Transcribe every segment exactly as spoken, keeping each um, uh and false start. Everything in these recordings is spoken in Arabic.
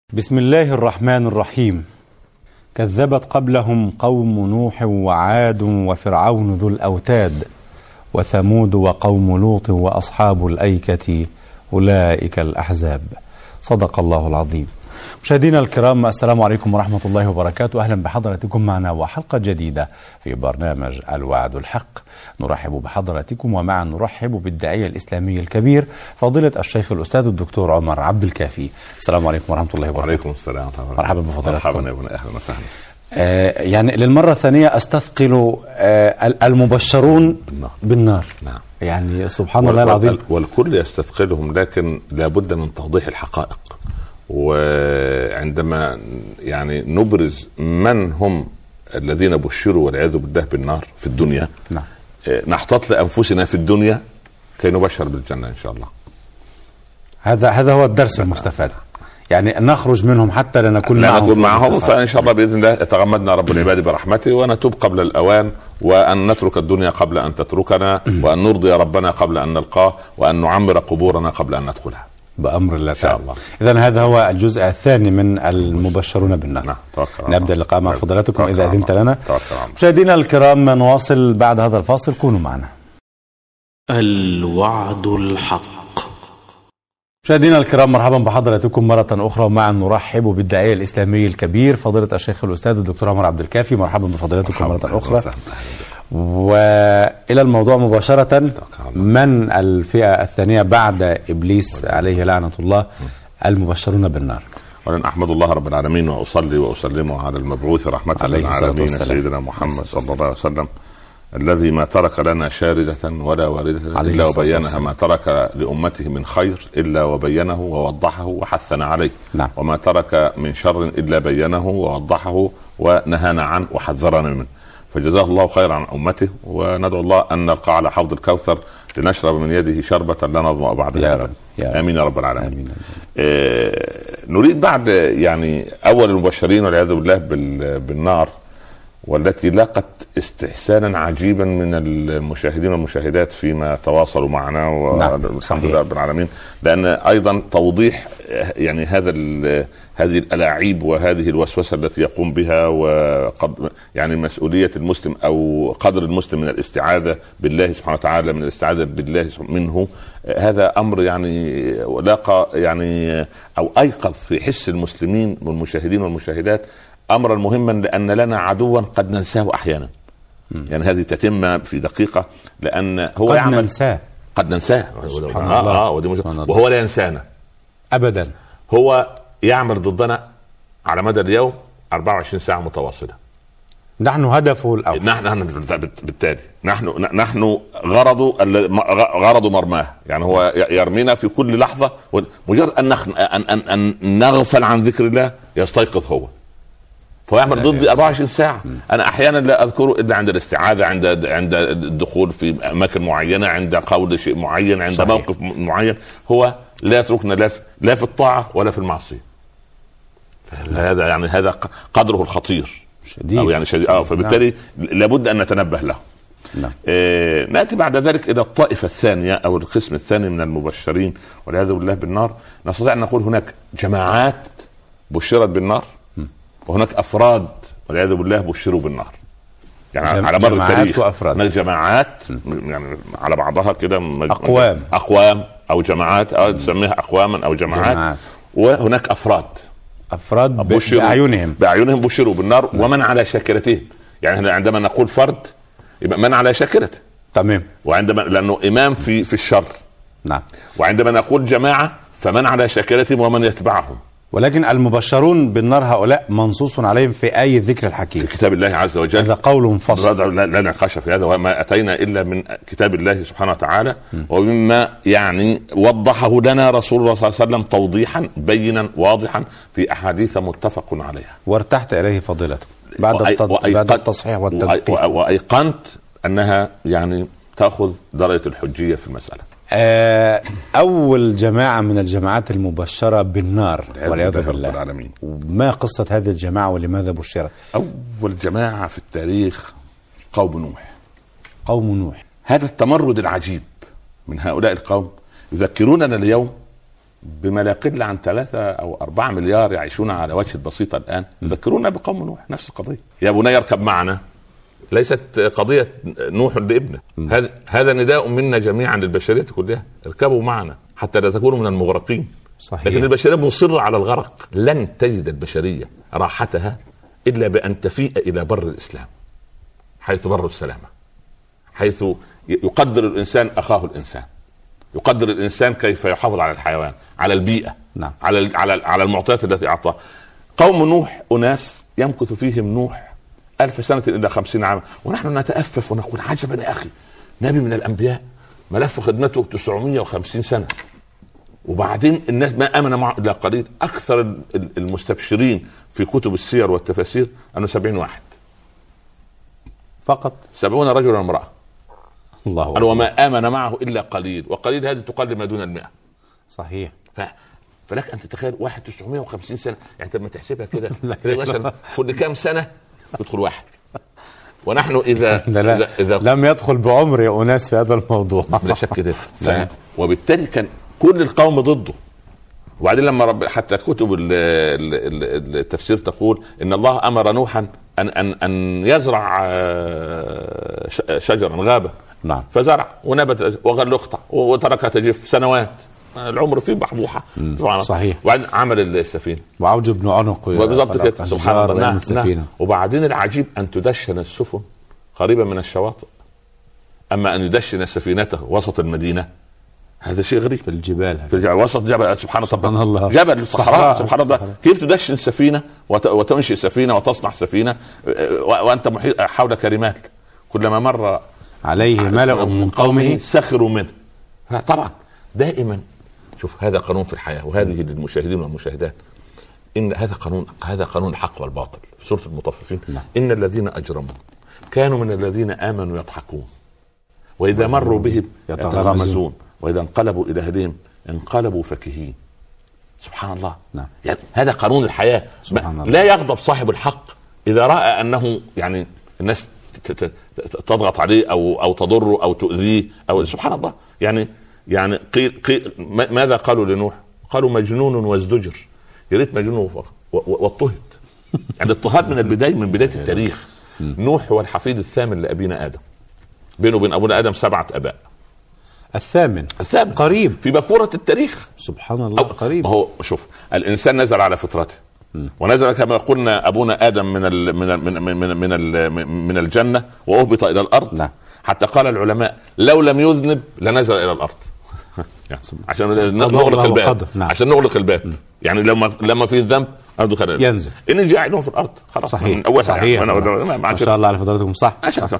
بسم الله الرحمن الرحيم. كذبت قبلهم قوم نوح وعاد وفرعون ذو الأوتاد وثمود وقوم لوط وأصحاب الأيكة أولئك الأحزاب. صدق الله العظيم. مشاهدينا الكرام، السلام عليكم ورحمة الله وبركاته. أهلا بحضراتكم معنا وحلقة جديدة في برنامج الوعد الحق. نرحب بحضراتكم ومعا نرحب بالداعية الإسلامي الكبير فضيلة الشيخ الأستاذ الدكتور عمر عبد الكافي. السلام عليكم ورحمة الله وبركاته. وعليكم السلام. مرحبا بفضيلتكم. مرحبا يا ابن أهلا وسهلا. آه يعني للمرة الثانية أستثقل آه المبشرون بالنار, بالنار. نعم. يعني سبحان الله العظيم. والكل يستثقلهم، لكن لابد من توضيح الحقائق. وعندما يعني نبرز من هم الذين بشروا والعياذ بالله بالنار في الدنيا، نعم. نحتاط لأنفسنا في الدنيا كي نبشر بالجنة إن شاء الله. هذا هذا هو الدرس المستفاد، يعني نخرج منهم حتى لا نكون لا معهم, نكون معهم فإن شاء الله بإذن الله يتغمدنا رب العباد برحمته، ونتوب قبل الأوان، وأن نترك الدنيا قبل أن تتركنا، وأن نرضي ربنا قبل أن نلقاه، وأن نعمر قبورنا قبل أن ندخلها بأمر الله تعالى. إذن هذا هو الجزء الثاني من المبشرون بالنار. نعم. نبدأ اللقاء مع فضلاتكم إذا أذنت لنا. توكل. مشاهدينا الكرام، نواصل بعد هذا الفاصل، كونوا معنا. الوعد الحق. مشاهدينا الكرام، مرحبا بحضراتكم مرة أخرى، ومعا نرحب بالداعية الإسلامي الكبير فضيلة الشيخ الأستاذ الدكتور عمر عبد الكافي. مرحبا بفضيلتكم مرة أخرى. وإلى الموضوع مباشرة، من الفئة الثانية بعد إبليس عليه لعنة الله المبشرون بالنار؟ ولن أحمد الله رب العالمين وأصلي وأسلم على المبعوث رحمة للعالمين سيدنا محمد صلى الله عليه وسلم، الذي ما ترك لنا شاردة ولا واردة إلا وبينها، ما ترك لأمته من خير إلا وبينه ووضحه وحثنا عليه، نعم. وما ترك من شر إلا بينه ووضحه ونهانا عنه وحذرنا منه، فجزاه الله خيرا عن أمته. وندعو الله أن نلقى على حوض الكوثر لنشرب من يده شربة لا نظمأ بعدها. يا رب. يا آمين يا رب العالمين. آمين. آه نريد بعد يعني أول المبشرين والعياذ بالله بالنار، والتي لاقت استحسانا عجيبا من المشاهدين والمشاهدات فيما تواصلوا معنا، والحمد لله رب العالمين، لأن أيضا توضيح يعني هذا هذه الألاعيب وهذه الوسوسة التي يقوم بها، وقد يعني مسؤولية المسلم أو قدر المسلم من الاستعاذة بالله سبحانه وتعالى، من الاستعاذة بالله منه، هذا أمر يعني لاقى يعني أو أيقظ في حس المسلمين والمشاهدين والمشاهدات أمرا مهما، لأن لنا عدوا قد ننساه أحيانا. يعني هذه تتم في دقيقة، لأن هو قد يعمل ننساه قد ننساه سبحان آه الله. آه وهو لا ينسانا أبدا. هو يعمل ضدنا على مدى اليوم أربعة وعشرين ساعة متواصلة. نحن هدفه الأول. نحن بالتالي نحن نحن غرض غرض مرماه، يعني هو يرمينا في كل لحظة، مجرد أن أن أن نغفل عن ذكر الله يستيقظ هو، فيعمل ضدي أربعة وعشرين ساعة. أنا أحيانا لا أذكره إلا عند الاستعاذة، عند عند الدخول في أماكن معينة، عند قول شيء معين، عند صحيح. موقف معين. هو لا يتركنا لا في, لا في الطاعة ولا في المعصية. هذا يعني هذا قدره الخطير شديد أو يعني شديد. آه فبالتالي نعم. لابد أن نتنبه له. نعم. آه نأتي بعد ذلك إلى الطائفة الثانية أو القسم الثاني من المبشرين والعياذ بالله بالنار. نستطيع أن نقول هناك جماعات بشرت بالنار، وهناك أفراد والعياذ بالله بشروا بالنار. يعني جم... على مر التاريخ هناك جماعات يعني على بعضها كده أقوام أقوام أو جماعات أو تسميها أقواما أو جماعات, جماعات. وهناك أفراد أفراد بشروا بأعينهم بأعينهم بشروا بالنار. نعم. ومن على شاكرتهم، يعني عندما نقول فرد يبقى من على شاكرته، تمام، وعندما لأنه إمام في في الشر. نعم. وعندما نقول جماعة فمن على شاكرتهم ومن يتبعهم. ولكن المبشرون بالنار هؤلاء منصوص عليهم في آية ذكر الحكيم في كتاب الله عز وجل. هذا قول فصل لا نقاش في هذا، وما أتينا إلا من كتاب الله سبحانه وتعالى، ومما يعني وضحه لنا رسول الله صلى الله عليه وسلم توضيحا بينا واضحا في أحاديث متفق عليها، وارتحت إليه فضيلته بعد, وأي... بعد التصحيح والتدقيق، وأيقنت أنها يعني تأخذ درجة الحجية في المسألة. أول جماعة من الجماعات المبشرة بالنار والعياذ بالله، ما قصة هذه الجماعة ولماذا بشرت؟ أول جماعة في التاريخ قوم نوح. قوم نوح، هذا التمرد العجيب من هؤلاء القوم يذكروننا اليوم بما لا يقل عن ثلاثة أو أربعة مليار يعيشون على وجه البسيطة الآن يذكرونا بقوم نوح. نفس القضية، يا بني اركب معنا، ليست قضية نوح لابنه، هذا هذا نداء منا جميعا للبشرية كلها، اركبوا معنا حتى لا تكونوا من المغرقين. صحيح. لكن البشرية مصرة على الغرق. لن تجد البشرية راحتها إلا بأن تفيء إلى بر الإسلام، حيث بر السلامة، حيث يقدر الإنسان أخاه الإنسان، يقدر الإنسان كيف يحافظ على الحيوان، على البيئة. نعم. على على على المعطيات التي أعطاها. قوم نوح أناس يمكث فيهم نوح ألف سنة إلى خمسين عاما، ونحن نتأفف ونقول عجبا يا أخي، نبي من الأنبياء ملف خدمته تسعمائة وخمسين سنة، وبعدين الناس ما آمن معه إلا قليل. أكثر المستبشرين في كتب السير والتفاسير أنه سبعين واحد فقط، سبعون رجلا وامرأة. الله أكبر. وما آمن معه إلا قليل، وقليل هذه تقل ما دون المئة. صحيح. ف... فلك أن تتخيل واحد تسعمائة وخمسين سنة، يعني لما تحسبها كده مثلا كل كام سنة يدخل واحد، ونحن إذا, لا لا إذا, إذا لم يدخل بعمر يا أناس في هذا الموضوع. لا شك كده. ف... وبالتالي كان كل القوم ضده. وبعدين لما رب حتى كتب التفسير تقول إن الله أمر نوحا أن أن أن يزرع شجرا غابة. نعم. فزرع ونبت وغل يقطع وتركها تجف سنوات، العمر فيه بحبوحة. صحيح. وبعدين عمل السفينة وعوج بن عنق بالضبط كده. سبحان الله. نعم. وبعدين العجيب أن تدشن السفن قريبا من الشواطئ، أما أن يدشن سفينته وسط المدينة هذا شيء غريب. في الجبال، في الجبال وسط جبل. سبحان, سبحان الله. جبل الصحراء. سبحان الله. كيف تدشن سفينة وتنشئ سفينة وتصنع سفينة وأنت محيط حولك رمال، كلما مر عليه ملأ من قومه سخروا منه. طبعا دائما شوف هذا قانون في الحياة، وهذه للمشاهدين والمشاهدات، إن هذا قانون هذا قانون الحق والباطل في سورة المطففين. لا. إن الذين أجرموا كانوا من الذين آمنوا يضحكون، وإذا مروا بهم يتغامزون، وإذا انقلبوا إلى أهلهم انقلبوا فكهين. سبحان الله. نعم. يعني هذا قانون الحياة. لا يغضب صاحب الحق إذا رأى أنه يعني الناس تضغط عليه أو أو تضره أو تؤذيه أو سبحان الله. يعني يعني قيل قيل ماذا قالوا لنوح؟ قالوا مجنون وازدجر. يا ريت مجنون واضطهد. يعني الاضطهاد من البداية، من بداية التاريخ. نوح هو الحفيد الثامن لأبينا آدم، بينه وبين أبونا آدم سبعة أباء. الثامن الثامن قريب في بكورة التاريخ. سبحان الله. قريب. هو شوف الإنسان نزل على فطرته، ونزل كما قلنا أبونا آدم من ال من ال من ال من ال من, ال من الجنة وأهبط إلى الأرض. لا. حتى قال العلماء لو لم يذنب لنزل إلى الأرض. عشان نغلق الباب. نعم. عشان نغلق الباب. يعني لما لما في الذنب أرض خلال ينزل. إن جاعلهم في الأرض خلاص. صحيح. صحيح. ما شاء الله على فضلاتكم. صح.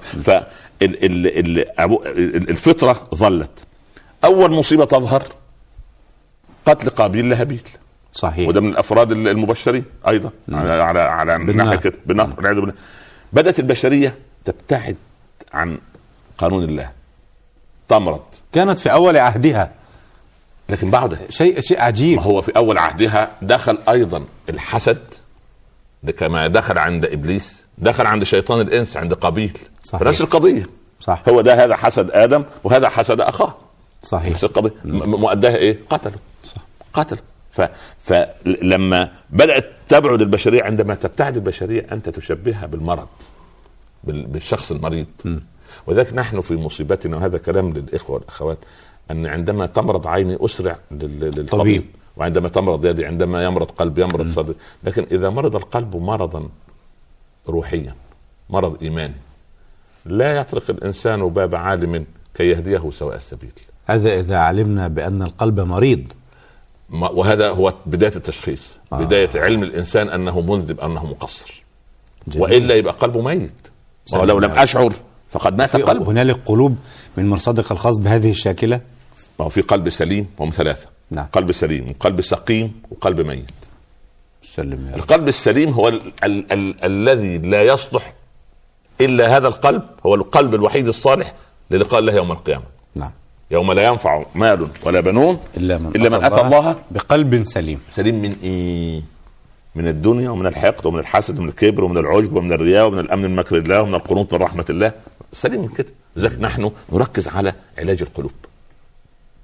فالفطرة ظلت. أول مصيبة تظهر قتل قابيل لهابيل. صحيح. وده من الأفراد المبشرين أيضا. نعم. على على ناحية كده بالنار. بدأت البشرية تبتعد عن قانون الله، تمرض. كانت في أول عهدها، لكن بعد شيء شيء عجيب. هو في أول عهدها دخل أيضا الحسد، كما دخل عند إبليس، دخل عند شيطان الإنس عند قابيل. نفس القضية. صح. هو ده هذا حسد آدم وهذا حسد أخاه. صحيح. نفس القضية. مؤداها إيه؟ قتله. صح. قتله. ف... فلما بدأت تبعد البشرية، عندما تبتعد البشرية أنت تشبهها بالمرض، بالشخص المريض. م. وذلك نحن في مصيبتنا، وهذا كلام للإخوة والأخوات، أن عندما تمرض عيني أسرع للطبيب، وعندما تمرض يدي، عندما يمرض قلبي يمرض صدري. لكن إذا مرض القلب مرضا روحيا، مرض إيماني، لا يطرق الإنسان باب عالم كي يهديه سواء السبيل. هذا إذا علمنا بأن القلب مريض، وهذا هو بداية التشخيص. آه. بداية علم الإنسان أنه مذنب، أنه مقصر. جميل. وإلا يبقى قلبه ميت. ولو لم أشعر فقد مات قلبه. هنالك قلوب من مرصدك الخاص بهذه الشاكلة. ما هو في قلب سليم وهم ثلاثة. نعم. قلب سليم وقلب سقيم وقلب ميت. سلم. القلب السليم هو ال ال ال الذي لا يصلح إلا هذا القلب، هو القلب الوحيد الصالح للقاء الله يوم القيامة. نعم. يوم لا ينفع مال ولا بنون إلا من, إلا من أتى الله بقلب سليم. سليم من إيه؟ من الدنيا ومن الحقد ومن الحسد ومن الكبر ومن العجب ومن الرياء ومن الأمن من مكر الله ومن القنوط من رحمة الله. سليم من كده. لذلك نحن نركز على علاج القلوب.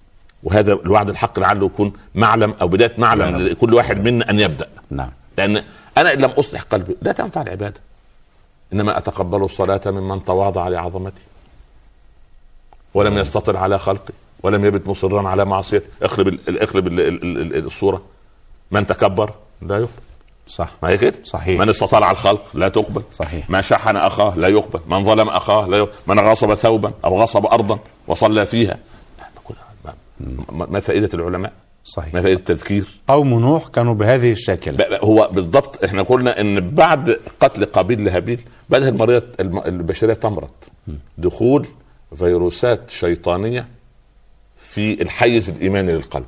وهذا الوعد الحق لعله يكون معلم او بدايه معلم لكل واحد منا ان يبدا. نعم. لان انا ان لم اصلح قلبي لا تنفع العباده. انما اتقبل الصلاه ممن تواضع لعظمتي ولم يستطل على خلقي ولم يبت مصرا على معصيته. اخرب اخرب الصوره. من تكبر لا يقبل. صح. ما هي كده؟ صحيح. من استطال على الخلق لا تقبل. صحيح. ما شحن اخاه لا يقبل. من ظلم اخاه لا يقبل. من غصب ثوبا او غصب ارضا وصلى فيها. ما فائده العلماء؟ صحيح. ما فائده التذكير؟ قوم نوح كانوا بهذه الشكل. هو بالضبط. احنا قلنا ان بعد قتل قابيل لهابيل بدأ المريض البشريه تمرض. دخول فيروسات شيطانيه في الحيز الايماني للقلب.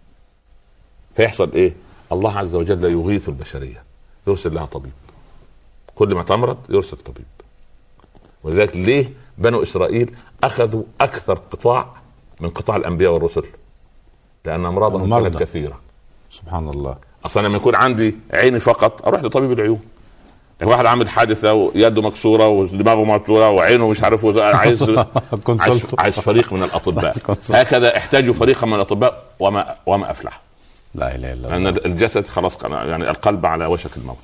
فيحصل ايه؟ الله عز وجل يغيث البشريه، يرسل لها طبيب. كل ما تمرض يرسل طبيب. ولذلك ليه بنو اسرائيل اخذوا اكثر قطاع من قطاع الانبياء والرسل؟ لان امراضهم كانت كثيره. سبحان الله. اصلا لما يكون عندي عيني فقط اروح لطبيب العيون. يعني واحد عامل حادثه ويده مكسوره ودماغه مقطوره وعينه مش عارف عايز عايز, عايز فريق من الاطباء. هكذا احتاجوا فريقا من الاطباء وما وما افلح. لا اله الا الله. لان الجسد خلاص يعني القلب على وشك الموت.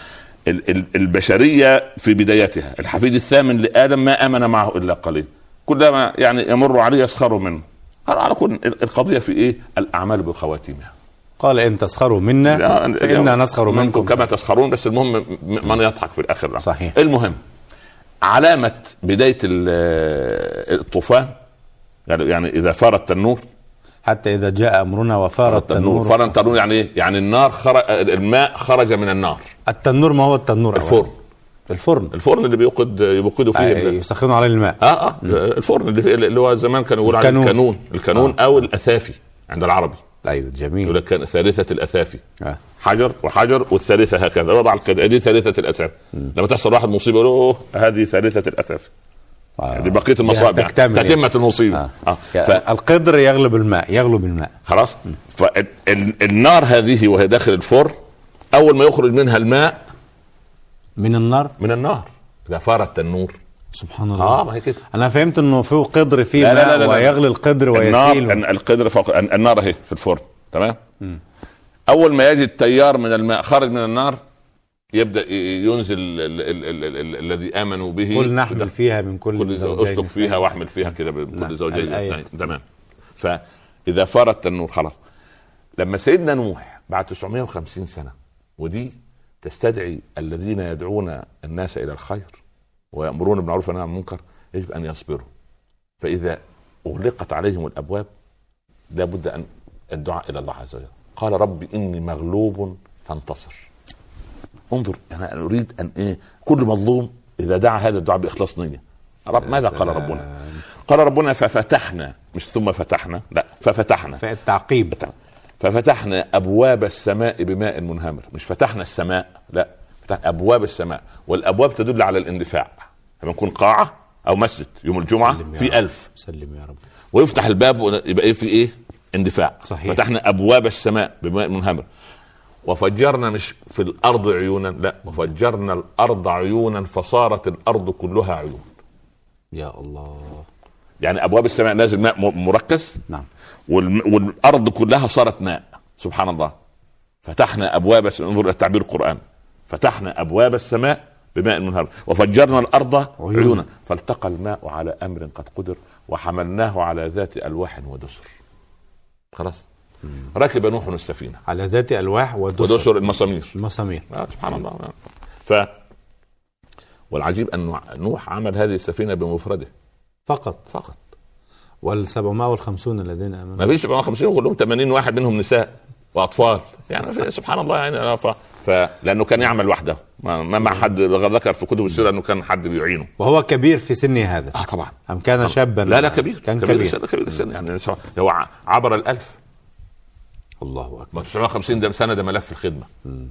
فالبشريه في بدايتها الحفيد الثامن لادم ما امن معه الا قليل. كلما يعني يمر عليه يسخروا منه. على كل القضيه في ايه؟ الاعمال بخواتيمها. قال ان تسخروا منا فإنا نسخر منكم كما تسخرون. بس المهم من يضحك في الاخر. صحيح. المهم علامه بدايه الطوفان يعني اذا فار التنور حتى اذا جاء امرنا وفار التنور. فار التنور يعني ايه؟ يعني النار خرج، الماء خرج من النار. التنور ما هو التنور؟ الفرن. الفرن الفرن اللي بيوقد يوقدوا فيه يسخنوا عليه الماء. اه اه الفرن اللي, اللي هو زمان كانوا يقولوا عليه الكانون. الكانون آه. او الاثافي عند العربي. ايوه جميل. يقول لك كان ثالثه الاثافي. آه. حجر وحجر والثالثه هكذا وضع كده. دي ثالثه الاثافي. لما تحصل واحد مصيبه يقولوا هذه ثالثه الاثافي. آه. دي بقيه المصائب يعني. تتمه المصيبه. آه. آه. ف... القدر يغلب الماء يغلب الماء خلاص. فالنار هذه وهي داخل الفرن اول ما يخرج منها الماء من النار من النار اذا فار التنور. سبحان الله. اه ما هي كده. انا فهمت انه فيه قدر فيه لا لا لا لا ماء ويغلي القدر ويسيل. النار القدر فوق النار اهي في الفرن. تمام. م. اول ما يجي التيار من الماء خارج من النار يبدا ينزل الذي امنوا به. قل نحمل فيها من كل زوجين. اسلك فيها واحمل فيها كده من كل زوجين. تمام. فاذا فار التنور خلاص. لما سيدنا نوح بعد تسعمائة وخمسين سنه، ودي تستدعي الذين يدعون الناس الى الخير ويأمرون بالمعروف والنهي عن المنكر يجب ان يصبروا. فاذا اغلقت عليهم الابواب لابد ان الدعاء الى الله عز وجل. قال رب اني مغلوب فانتصر. انظر انا اريد ان ايه كل مظلوم اذا دعا هذا الدعاء باخلاص نيه. رب ماذا قال ربنا؟ قال ربنا ففتحنا، مش ثم فتحنا، لا ففتحنا فالتعقيب. ففتحنا ابواب السماء بماء منهمر. مش فتحنا السماء، لا فتحنا ابواب السماء. والابواب تدل على الاندفاع. لما نكون قاعه او مسجد يوم الجمعه في ألف سلم يا رب ويفتح الباب يبقى ايه في ايه اندفاع. صحيح. فتحنا ابواب السماء بماء منهمر وفجرنا مش في الارض عيونا، لا وفجرنا الارض عيونا فصارت الارض كلها عيون. يا الله. يعني ابواب السماء نازل ماء مركز. نعم. والارض كلها صارت ماء. سبحان الله. فتحنا ابواب السماء. انظر الى تعبير القران. فتحنا ابواب السماء بماء منهمر وفجرنا الارض عيونا, عيونا. فالتقى الماء على امر قد قدر وحملناه على ذات الواح ودسر. خلاص. مم. ركب نوح السفينه على ذات الواح ودسر, ودسر المسامير. المسامير. آه سبحان الله. ف والعجيب ان نوح عمل هذه السفينه بمفرده فقط فقط. والسبعمائة والخمسون الذين امنوا. ما فيش سبعمائة وخمسين كلهم ثمانين واحد منهم نساء واطفال يعني. سبحان الله يعني. ف... فلانه كان يعمل وحده ما, ما مع حد. ذكر في كتب السيره انه كان حد بيعينه. وهو كبير في سنه هذا. اه طبعا. ام كان شابا؟ لا لا كبير. كان كبير. كبير السنة. كبير السنة يعني. هو عبر الألف. الله اكبر. تسعمائة وخمسين ده سنه ده ملف الخدمه.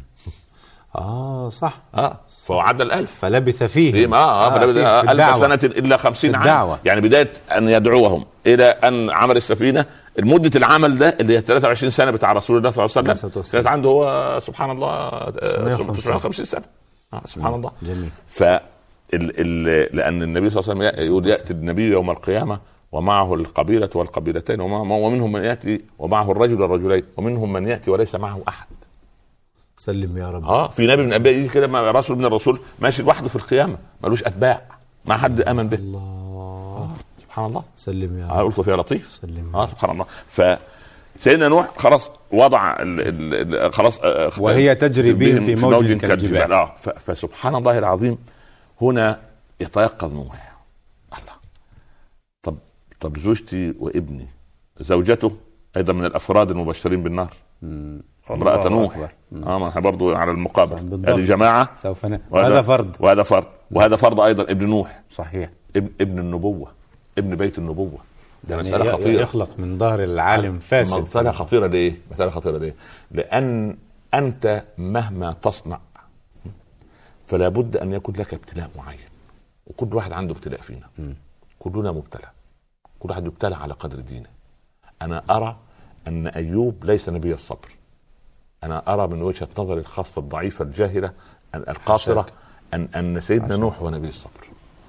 اه صح. اه فهو عدى الألف فلبث فيه. فيه اه, آه فلبث آه ألف سنة إلا خمسين عام. يعني بداية أن يدعوهم إلى أن عمل السفينة. المدة العمل ده اللي هي ثلاثة وعشرين سنة بتاع رسول الله صلى الله عليه وسلم كانت عنده هو سبحان الله تسعمائة وخمسين سنة. آه سبحان الله. جميل. ف ال ال لأن النبي صلى الله عليه وسلم يقول يأتي النبي يوم القيامة ومعه القبيلة والقبيلتين، ومنهم من يأتي ومعه الرجل والرجلين، ومنهم من يأتي وليس معه أحد. سلم يا رب. اه في نبي من الأنبياء يجي كده مع رسول من الرسول ماشي لوحده في القيامة، ملوش أتباع، ما حد آمن به. الله. آه. سبحان الله. سلم يا رب. آه قلت فيها لطيف. سلم. اه سبحان الله. فسيدنا نوح خلاص وضع ال ال خلاص آه وهي تجري بهم في موج, موج كالجبال. اه فسبحان الله العظيم هنا يتيقظ نوح. الله. طب طب زوجتي وابني، زوجته ايضا من الافراد المبشرين بالنار، امرأة نوح. اه ما احنا برضه على المقابل هذه جماعة سوف ن... وهذا فرد وهذا فرد وهذا فرد ايضا ابن نوح. صحيح. ابن ابن النبوة، ابن بيت النبوة. ده يعني مسألة خطيرة. يخلق من ظهر العالم فاسد. مسألة خطيرة ليه؟ مسألة خطيرة ليه؟ لأن أنت مهما تصنع فلا بد أن يكون لك ابتلاء معين، وكل واحد عنده ابتلاء فينا. م. كلنا مبتلى، كل واحد يبتلى على قدر دينه. أنا أرى أن أيوب ليس نبي الصبر. أنا أرى من وجهة نظري الخاصة الضعيفة الجاهلة القاصرة أن أن سيدنا نوح هو نبي الصبر.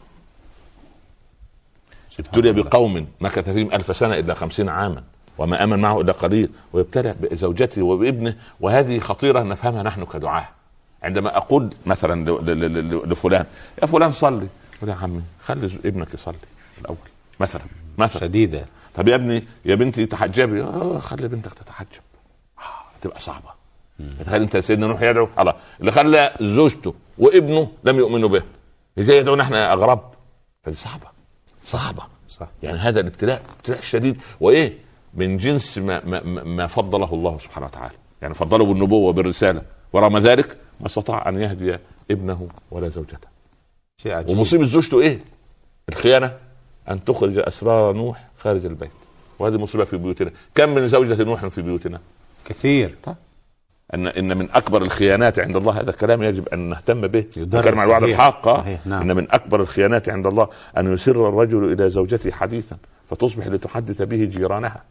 ابتلي بقوم مكث فيهم ألف سنة إلا خمسين عاما وما آمن معه إلا قليل، ويبتلى بزوجته وبابنه. وهذه خطيرة نفهمها نحن كدعاة. عندما أقول مثلا لفلان يا فلان صلي، يا عمي خلي ابنك يصلي الأول مثلا مثلا شديدة. طب يا ابني يا بنتي تحجبي، اه خلي بنتك تتحجب. آه تبقى صعبة. تخيل انت سيدنا نوح يدعو الله اللي خلى زوجته وابنه لم يؤمنوا به، ازاي يدعونا احنا اغراب؟ فدي صعبة صعبة. صح. يعني هذا الابتلاء ابتلاء شديد، وايه من جنس ما, ما, ما فضله الله سبحانه وتعالى. يعني فضله بالنبوة وبالرسالة، ورغم ذلك ما استطاع ان يهدي ابنه ولا زوجته. شيء عجيب. ومصيبة زوجته ايه؟ الخيانة، ان تخرج اسرار نوح خارج البيت، وهذه مصيبة في بيوتنا. كم من زوجة نوح في بيوتنا؟ كثير. طيب. ان ان من اكبر الخيانات عند الله، هذا كلام يجب ان نهتم به، نتكلم عن الوعد الحق. نعم. ان من اكبر الخيانات عند الله ان يسر الرجل الى زوجته حديثا فتصبح لتحدث به جيرانها،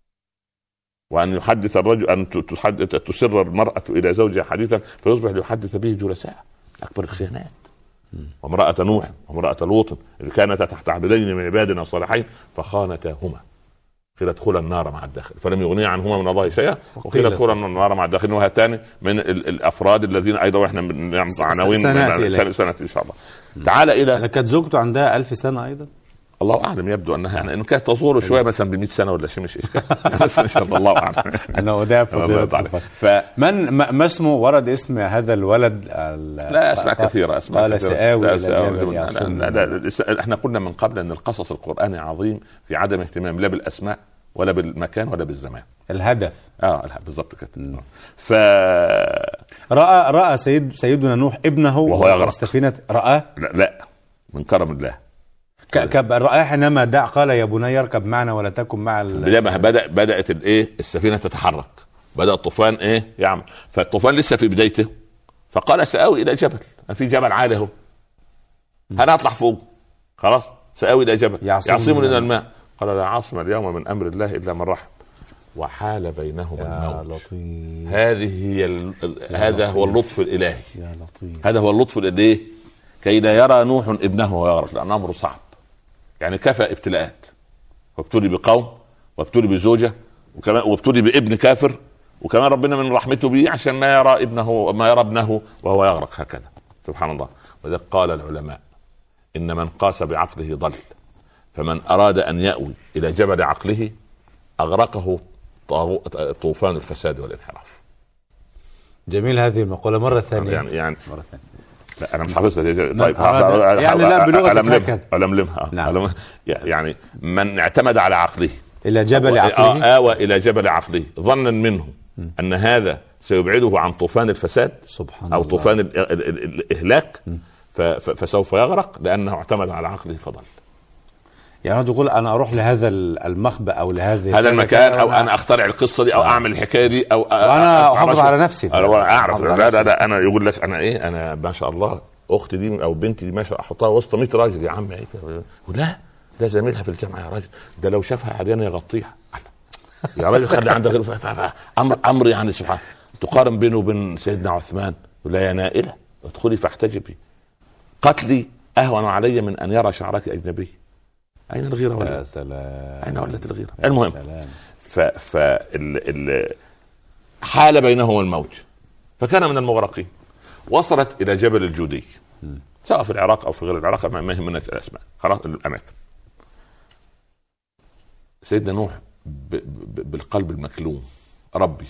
وان يحدث الرجل ان تحدث تسر المرأة الى زوجها حديثا فيصبح ليحدث به جلساء. اكبر الخيانات. وامرأة نوح وامرأة لوط اللي كانتا تحت عبدين من عبادنا الصالحين فخانتاهما قيل ادخلا النار مع الداخل فلم يغني عنهما من الله شيئا وقيل ادخلا النار مع الداخل. وهاتان من الافراد الذين ايضا واحنا بنعمل عناوين سنة ان شاء الله. تعال الى كانت زوجته عندها ألف سنة ايضا، الله اعلم. يبدو انها يعني ان كانت تزور شويه مثلا ب مئة سنه ولا شيء مش اشكال بس ان شاء الله الله اعلم. انا وداع فضيلة. فمن ما اسمه ورد اسم هذا الولد؟ لا اسماء كثيره اسماء قال سآوي الى جبل. احنا قلنا من قبل ان القصص القرآني عظيم في عدم اهتمام لا بالاسماء ولا بالمكان ولا بالزمان. الهدف اه بالضبط كده. ف راى راى سيد سيدنا نوح ابنه وهو يغرق السفينه. راه لا, لا من كرم الله رآه حينما دع قال يا بني اركب معنا ولا تكن مع لما بدا بدات الايه السفينه تتحرك، بدا الطوفان ايه يعمل. فالطوفان لسه في بدايته فقال سآوي الى جبل، في جبل عالي اهو انا اطلع فوق خلاص سآوي الى جبل يعصمني من الماء قال لا عاصم اليوم من امر الله الا من رحم وحال بينهما الموت. لطيف. هذه هي ال... هذا لطيف. هو اللطف الالهي. يا لطيف. هذا هو اللطف الالهي كي لا يرى نوح ابنه ويغرق، لان امره صعب. يعني كفى ابتلاءات، وابتلي بقوم وابتلي بزوجه وكمان وابتلي بابن كافر، وكمان ربنا من رحمته به عشان ما يرى ابنه ما يرى ابنه وهو يغرق هكذا. سبحان الله. وذلك قال العلماء ان من قاس بعقله ضل، فمن اراد ان يأوي الى جبل عقله اغرقه طوفان الفساد والانحراف. جميل هذه المقولة مرة ثانية. يعني يعني مرة ثانية. لا انا مش حافظها. طيب يعني لا بلغة ألملمها. نعم. يعني من اعتمد على عقله الى جبل عقله آوى الى جبل عقله ظنا منه م. ان هذا سيبعده عن طوفان الفساد سبحان او الله. طوفان الاهلاك فسوف يغرق لانه اعتمد على عقله فضل. يعني تقول انا اروح لهذا المخبأ او لهذا هذا المكان او انا اخترع القصه دي او اعمل الحكايه دي او انا احافظ على نفسي. انا اعرف لا لا لا انا يقول لك انا ايه انا ما شاء الله اختي دي او بنتي دي ما شاء احطها وسط مئة راجل يا عم ايه. لا ده زميلها في الجامعه يا راجل، ده لو شافها عريانه يغطيها يا راجل خلي عندك امر امر يعني سبحان. تقارن بينه وبين سيدنا عثمان ولا يا نائله ادخلي فاحتجبي، قتلي اهون علي من ان يرى شعرك اجنبي. أين الغيرة ولا أين ولت الغيرة؟ المهم ف ف ال... ال... حال بينهما الموج فكان من المغرقين. وصلت إلى جبل الجودي سواء في العراق أو في غير العراق، ما يهمنا الأسماء، خلاص الأماكن. سيدنا نوح ب... ب... بالقلب المكلوم ربي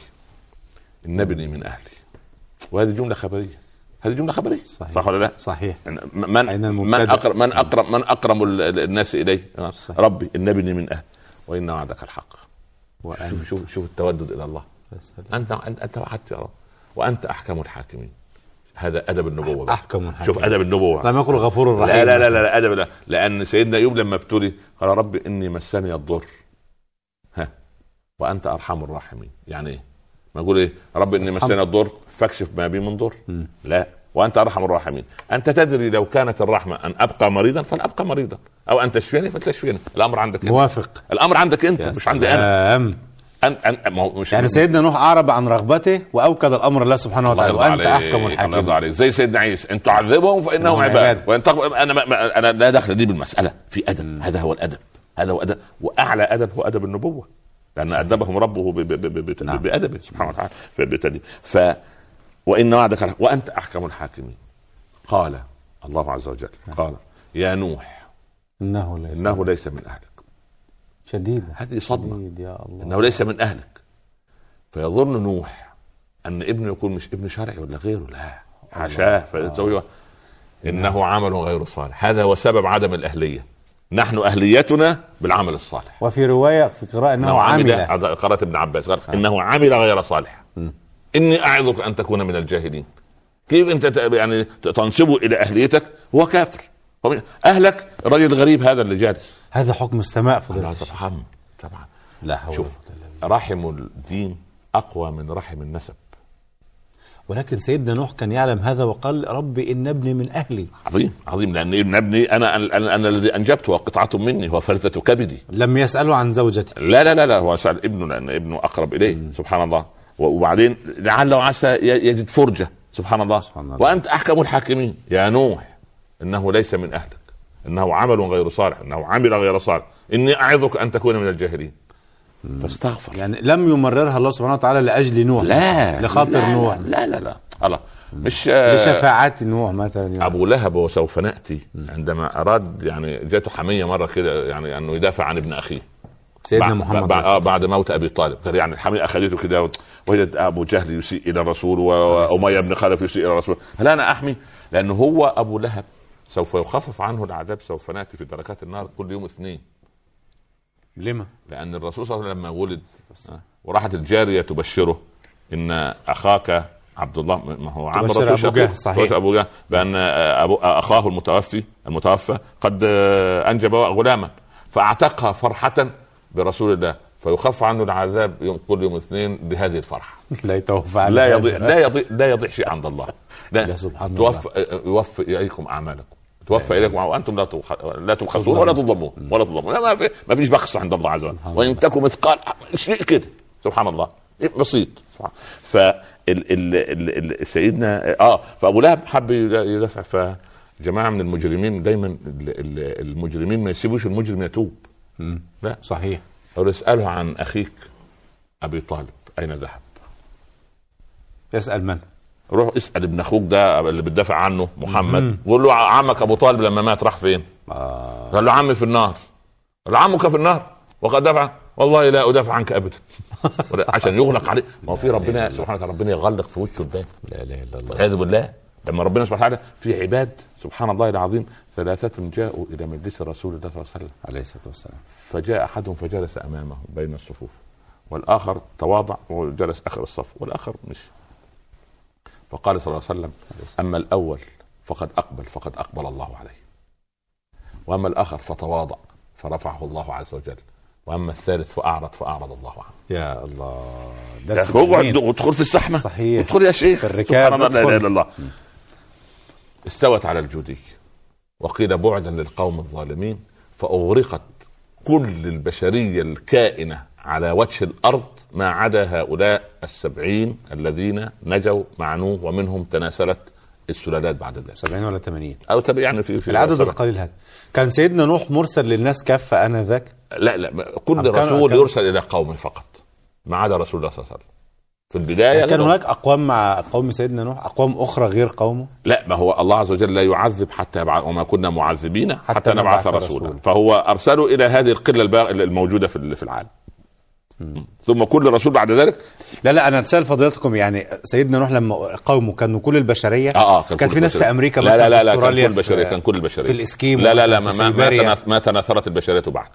إنبني من أهلي. وهذه جملة خبرية، هذه جملة خبرية صحيح. صح ولا لا؟ صحيح. من من أقرب من أقرب من أقرب الناس إليه صحيح. ربي إنبني من أهلي وإن وعدك الحق. شوف شوف شوف التودد إلى الله. أنت أنت وعدت يا رب وأنت أحكم الحاكمين. هذا أدب النبوة. أحكم الحاكمين. شوف أدب النبوة. لم يقل غفور الرحيم. لا لا لا لا أدب لا. لأن سيدنا أيوب لما ابتلي قال ربي إني مسني الضر ها وأنت أرحم الراحمين. يعني إيه؟ ما أقول إيه ربي إني مسني الضر فاكشف ما بي من ضر. لا وأنت أرحم الراحمين. أنت تدري لو كانت الرحمة أن أبقى مريضا فلأبقى مريضا أو أن تشفيني فتشفيني. الأمر عندك موافق أنت. الأمر عندك أنت مش عندي أنا. أم. أن أن مش يعني سيدنا نوح أعرب عن رغبته وأوكد الأمر الله سبحانه وتعالى وأنت أحكم الحاكمين. الله عليك. زي سيدنا عيسى أن تعذبهم فإنهم عباد وأن تغ... أنا ما... أنا لا دخل دي بالمسألة في أدب. م. هذا هو الأدب، هذا هو أدب، وأعلى أدب هو أدب النبوة لأن أدبهم ربه ب... ب... ب... ب... نعم. بأدبه سبحانه وتعالى فبتدب. ف وإن وعدك وأنت أحكم الحاكمين. قال الله عز وجل قال يا نوح إنه ليس, إنه ليس من أهلك. شديد هذه صدمة يا الله. إنه ليس من أهلك. فيظن نوح أن ابنه يكون مش ابن شرعي ولا غيره. لا حاشاه. فيتزوجه إنه عمل غير صالح. هذا هو سبب عدم الأهلية. نحن أهليتنا بالعمل الصالح. وفي رواية في قراءة إنه عمل. قرأت ابن عباس قال إنه عمل غير صالح. م. إني أعظك أن تكون من الجاهلين. كيف أنت يعني تنسبه إلى أهليتك هو كافر؟ أهلك رجل غريب هذا اللي جالس. هذا حكم السماء فضيلة الشيخ. طبعا لا حول. شوف رحم الدين أقوى من رحم النسب. ولكن سيدنا نوح كان يعلم هذا وقال ربي إن ابني من أهلي. عظيم عظيم لأن ابن ابني أنا أنا, أنا الذي أنجبته وقطعة مني وفرثة كبدي. لم يسأله عن زوجته. لا لا لا لا هو سأل ابنه لأن ابنه أقرب إليه. م. سبحان الله. وبعدين لعل وعسى يجد فرجة. سبحان الله. سبحان الله. وأنت أحكم الحاكمين. يا نوح إنه ليس من أهلك إنه عمل غير صالح إنه عمل غير صالح إني أعظك أن تكون من الجاهلين. فاستغفر. يعني لم يمررها الله سبحانه وتعالى لأجل نوح. لا لخاطر لا نوح. لا لا لا الله مش لشفاعات نوح مثلا. يعني. أبو لهب وسوف نأتي عندما أراد يعني جاته حمية مرة كده يعني أنه يدافع عن ابن أخيه سيدنا بعد محمد بعد, آه بعد موت أبي طالب. كان يعني الحمية أخذته كده وجد أبو جهل يسيء إلى الرسول وأمية بن خلف يسيء إلى الرسول. هل أنا أحمي لأنه هو أبو لهب سوف يخفف عنه العذاب. سوف نأتي في دركات النار كل يوم اثنين. لما؟ لأن الرسول صلى الله عليه وسلم لما ولد وراحت الجارية تبشره إن أخاك عبد الله ما هو عم رسول أبو جهل صحيح أبو جهل بأن أبو أخاه المتوفي المتوفى قد أنجب غلاما فأعتقها فرحة برسول الله فيخف عنه العذاب يوم كل يوم اثنين بهذه الفرحة. لا يتوفى لا يضيع لا يضيع لا يضيع شيء عند الله. لا سبحان توفى الله. يوفى إليكم أعمالكم توفى إليكم وأنتم لا لا تبخسون ولا تظلمون ولا تظلمون. ما في ما فيش بخس عند الله عز وجل. وإن تكن مثقال شيء كده سبحان الله بسيط. ف سيدنا اه فابو لهب حب يدافع. فجماعه من المجرمين دايما المجرمين ما يسيبوش المجرم يتوب. لا صحيح. او يساله عن اخيك ابي طالب اين ذهب. يسال من؟ روح اسال ابن اخوك ده اللي بتدافع عنه محمد قول له عمك ابو طالب لما مات راح فين. آه. قال له عمي في النار. قال له عمك في النار وقد دفع والله لا ادافع عنك ابدا. عشان يغلق عليه. ما هو في ربنا سبحانه وتعالى ربنا يغلق في وجهه ده. لا اله الا الله. والعياذ بالله. لما ربنا سبحانه وتعالى في عباد سبحان الله العظيم ثلاثة جاءوا الى مجلس رسول الله صلى الله عليه وسلم عليه الصلاه والسلام فجاء احدهم فجلس امامه بين الصفوف والاخر تواضع وجلس اخر الصف والاخر مشي. فقال صلى الله عليه وسلم اما الاول فقد اقبل فقد اقبل الله عليه واما الاخر فتواضع فرفعه الله عز وجل واما الثالث فاعرض فاعرض الله عنه. يا الله يا اخي ادخل في الزحمه صحيح ادخل يا شيخ في الركاب لا اله الا الله. استوت على الجودي وقيل بعدا للقوم الظالمين فاغرقت كل البشريه الكائنه على وجه الارض ما عدا هؤلاء السبعين الذين نجوا مع نوح ومنهم تناسلت السلالات بعد ذلك سبعين ولا ثمانين او تب... يعني في, في العدد القليل هذا. كان سيدنا نوح مرسل للناس كافة انذاك؟ لا لا، كل رسول كان... يرسل الى قومه فقط، ما عدا رسول الله صلى الله عليه وسلم في البدايه. يعني كان هناك اقوام مع قوم سيدنا نوح، اقوام اخرى غير قومه؟ لا، ما هو الله عز وجل لا يعذب حتى يبعث، وما كنا معذبين حتى, حتى نبعث رسولا رسول. فهو ارسله الى هذه القله الموجوده في العالم. مم. ثم كل رسول بعد ذلك. لا لا انا اتسال فضيلتكم، يعني سيدنا نوح لما قومه كانوا كل البشريه؟ اه, آه كان, كان في ناس في امريكا، لا لا لا, لا كان كل البشريه، كان كل البشريه في الاسكيم، لا لا لا ما, ما, ما تناثرت البشريه بعد.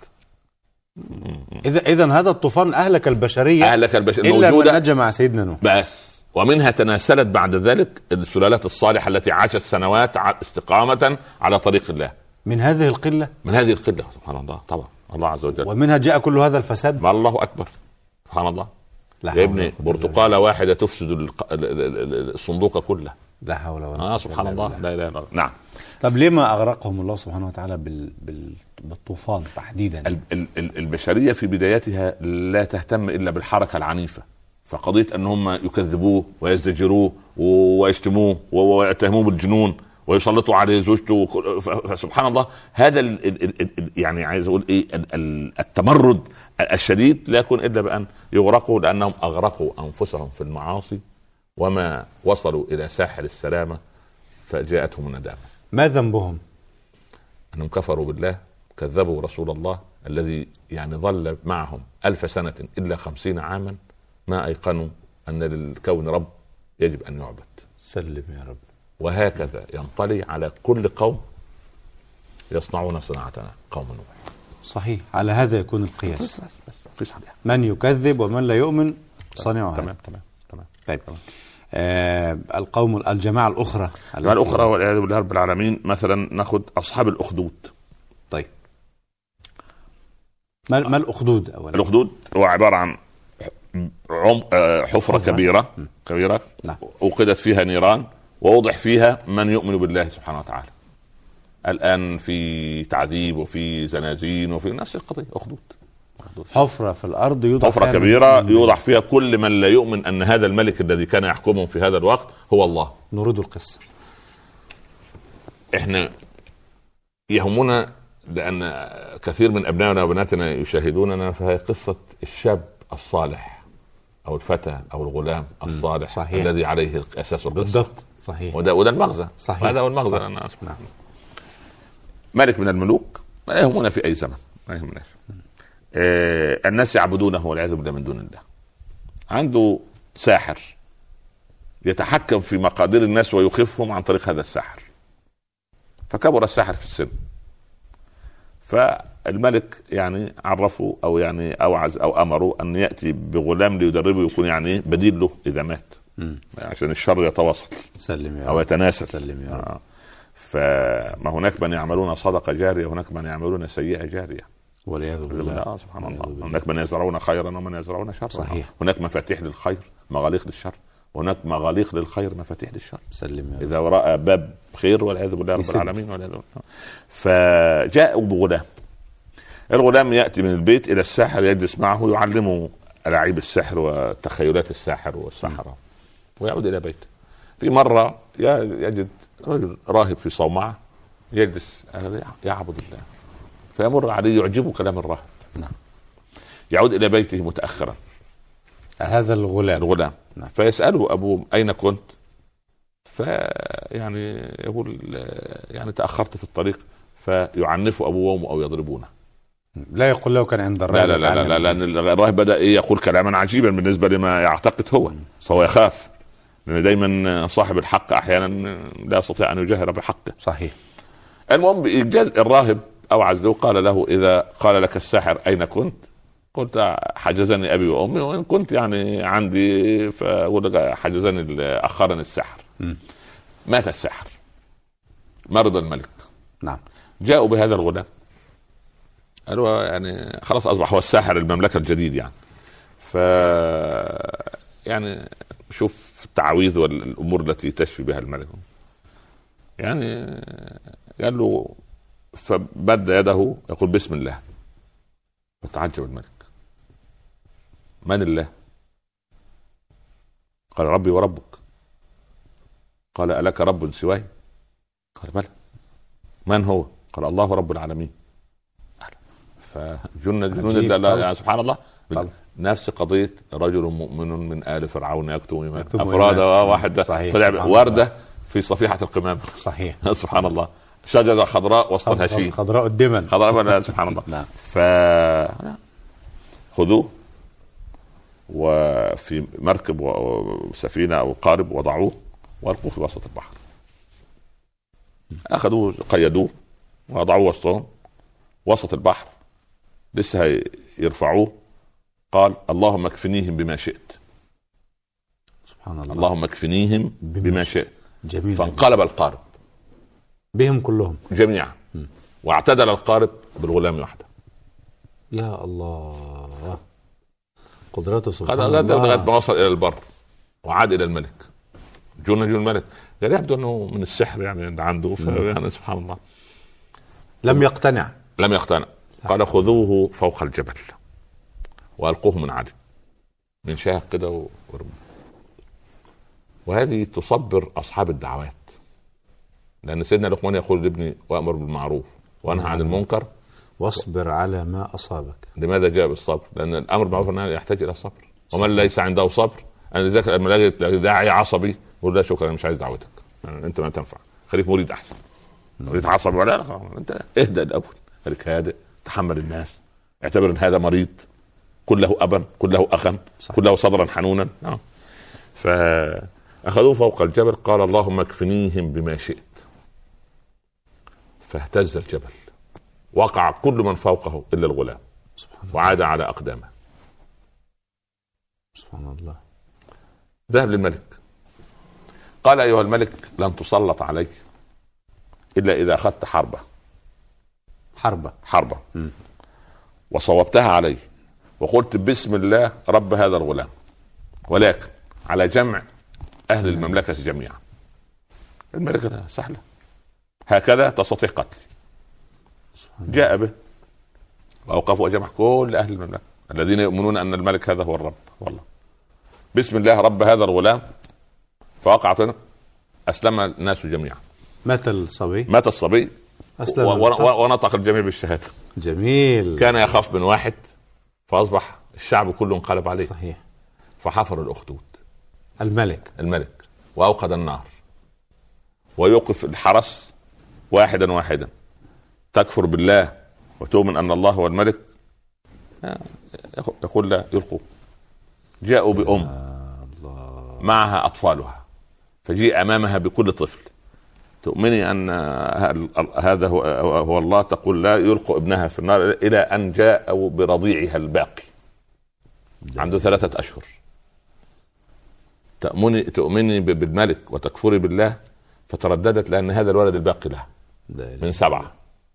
اذا اذا هذا الطوفان اهلك البشريه، اهلك البشريه الا من نجا مع سيدنا نوح بس. ومنها تناسلت بعد ذلك السلالات الصالحه التي عاشت سنوات استقامه على طريق الله. من هذه القله من هذه القله سبحان الله، طبعا الله عز وجل. ومنها جاء كل هذا الفساد. ما الله اكبر سبحان الله. يا ابني برتقاله واحده تفسد الصندوق كله. لا حول ولا قوه. اه سبحان الله. لا اله الا الله. نعم. طب ليه ما اغرقهم الله سبحانه وتعالى بال... بال... بالطوفان تحديدا؟ ال... ال... البشريه في بدايتها لا تهتم الا بالحركه العنيفه، فقضيه ان هم يكذبوه ويزدجروه ويشتموه ويتهموه بالجنون ويسلطوا عليه زوجته، فسبحان الله هذا ال... ال... ال... يعني عايز اقول ايه التمرد الشديد لا يكون الا بان يغرقوا، لانهم اغرقوا انفسهم في المعاصي وما وصلوا الى ساحل السلامه فجاءتهم الندامه. ما ذنبهم؟ انهم كفروا بالله، كذبوا رسول الله الذي يعني ظل معهم ألف سنة إلا خمسين عاما، ما أيقنوا أن للكون رب يجب أن يعبد. سلم يا رب. وهكذا ينطلي على كل قوم يصنعون صناعتنا قوم نوح. صحيح، على هذا يكون القياس. من يكذب ومن لا يؤمن صنعوا. تمام تمام تمام. طيب آه القوم الجماعة الأخرى الجماعة الأخرى والعياذ بالله رب العالمين، مثلا ناخذ أصحاب الأخدود. طيب ما ما الأخدود أولا؟ الأخدود هو عبارة عن عم حفرة كبيرة كبيرة نعم. أوقدت فيها نيران ووضع فيها من يؤمن بالله سبحانه وتعالى. الآن في تعذيب وفي زنازين وفي نفس القضية. أخدود حفرة في الأرض يوضع حفرة كبيرة يوضع فيها كل من لا يؤمن أن هذا الملك الذي كان يحكمهم في هذا الوقت هو الله. نريد القصة. إحنا يهمنا لأن كثير من أبنائنا وبناتنا يشاهدوننا، فهي قصة الشاب الصالح أو الفتى أو الغلام الصالح صحيح. الذي عليه أساس القصة. بالضبط صحيح. وده, وده المغزى. صحيح. هذا هو المغزى. أنا نعم. ملك من الملوك لا يهمنا في أي زمن، ما يهمناش. آه الناس يعبدونه والعياذ بالله من دون الله. عنده ساحر يتحكم في مقادير الناس ويخفهم عن طريق هذا الساحر. فكبر الساحر في السن، فالملك يعني عرفه او يعني اوعز او امره ان ياتي بغلام ليدربه يكون يعني بديل له اذا مات، م. عشان الشر يتواصل سلم يا او يتناسل. سلم يا رب. آه. فما هناك من يعملون صدقه جاريه وهناك من يعملون سيئه جاريه والعياذ بالله. آه سبحان الله. هناك من يزرعون خيرا ومن يزرعون شرا. صحيح. هناك مفاتيح للخير مغاليق للشر، وهناك مغاليق للخير مفاتيح للشر. سلم يا رب. اذا راى باب خير والعياذ بالله رب العالمين والعياذ بالله. فجاءوا بغلام. الغلام ياتي من البيت الى الساحر يجلس معه يعلمه ألاعيب السحر وتخيلات الساحر والسحرة، ويعود الى بيته. في مره يجد رجل راهب في صومعه يجلس يعبد الله، فيمر عليه يعجبه كلام الراهب. نعم. يعود الى بيته متاخرا هذا الغلام الغلام نعم. فيساله ابوه اين كنت؟ فيعني يقول يعني تاخرت في الطريق، فيعنف ابوه او يضربونه. لا يقول له كان عند الراهب. لا لا لا لا لان الراهب بدا إيه يقول كلاما عجيبا بالنسبه لما يعتقد هو، فهو يخاف لان دايما صاحب الحق احيانا لا يستطيع ان يجاهر بحقه. صحيح. المهم بإيجاز الراهب او عزله قال له اذا قال لك الساحر اين كنت قلت حجزني ابي وامي، وان كنت يعني عندي فاقول لك حجزني اخرني السحر. م. مات السحر، مرض الملك. نعم. جاءوا بهذا الغلام قالوا يعني خلاص اصبح هو الساحر المملكه الجديد يعني. ف يعني شوف التعويذ والامور التي تشفي بها الملك يعني. قال له فبد يده يقول بسم الله. فتعجب الملك، من الله؟ قال ربي وربك. قال ألك رب سواي؟ قال بلى. من هو؟ قال الله رب العالمين. فجن جنود الله يعني سبحان الله. طبعا. نفس قضية رجل مؤمن من آل فرعون يكتم إيمان أفراد واحد طلع وردة في صفيحة القمامة. صحيح. سبحان الله. شجرة خضراء وسط الهشيم. خضراء الدمن. خضراء سبحان الله. نعم. فخذوه وفي مركب وسفينة أو قارب وضعوه والقوه في وسط البحر. أخذوه قيدوه وضعوه وسطهم وسط البحر لسه يرفعوه. قال اللهم اكفنيهم بما شئت. سبحان الله. اللهم اكفنيهم بما شئت. جميل. فانقلب القارب بهم كلهم جميعا م. واعتدل القارب بالغلام وحده. يا الله قدرته سبحان الله. لغايه ما وصل الى البر وعاد الى الملك. جن جن الملك قال يبدو انه من السحر يعني عنده. يعني سبحان الله. لم يقتنع. لم يقتنع. قال خذوه فوق الجبل والقوه من عالي من شاهق كده و... وهذه تصبر اصحاب الدعوات. لان سيدنا لقمان يقول لابني وامر بالمعروف وانهى عن المنكر واصبر على ما اصابك. لماذا جاء بالصبر؟ لان الامر بالمعروف يحتاج الى صبر. ومن ليس عنده صبر انا لذلك لما الاقي داعي عصبي يقول لا شكرا مش عايز دعوتك يعني انت ما تنفع خليك مريد احسن. مريد عصبي ولا لا انت اهدأ الاول خليك هادئ تحمل الناس اعتبر ان هذا مريض كله ابا كله اخا كله صدرا حنونا. نعم. فاخذوه فوق الجبل قال اللهم اكفنيهم بما شئت. فاهتز الجبل وقع كل من فوقه الا الغلام وعاد على اقدامه. سبحان الله. ذهب للملك قال ايها الملك لن تسلط علي الا اذا اخذت حربه حربه حربه م. وصوبتها علي وقلت بسم الله رب هذا الغلام ولكن على جمع اهل المملكه جميعا. الملك سهله هكذا تستطيع قتلي. جاء به واوقفوا وجمع كل اهل المملكه الذين يؤمنون ان الملك هذا هو الرب. والله بسم الله رب هذا الغلام فوقعت اسلم الناس جميعا. مات الصبي مات الصبي أسلم ونطق الجميع بالشهاده. جميل. كان يخاف من واحد فاصبح الشعب كله انقلب عليه. صحيح. فحفر الاخدود الملك الملك واوقد النار ويوقف الحرس واحدا واحدا تكفر بالله وتؤمن ان الله هو الملك يقول لا يلقوا. جاءوا بأم معها أطفالها فجيء أمامها بكل طفل تؤمني أن هذا هو الله تقول لا يلقوا ابنها في النار إلى أن جاءوا برضيعها الباقي عنده ثلاثة أشهر. تؤمني تؤمني بالملك وتكفري بالله. فترددت لأن هذا الولد الباقي لها من سبعة.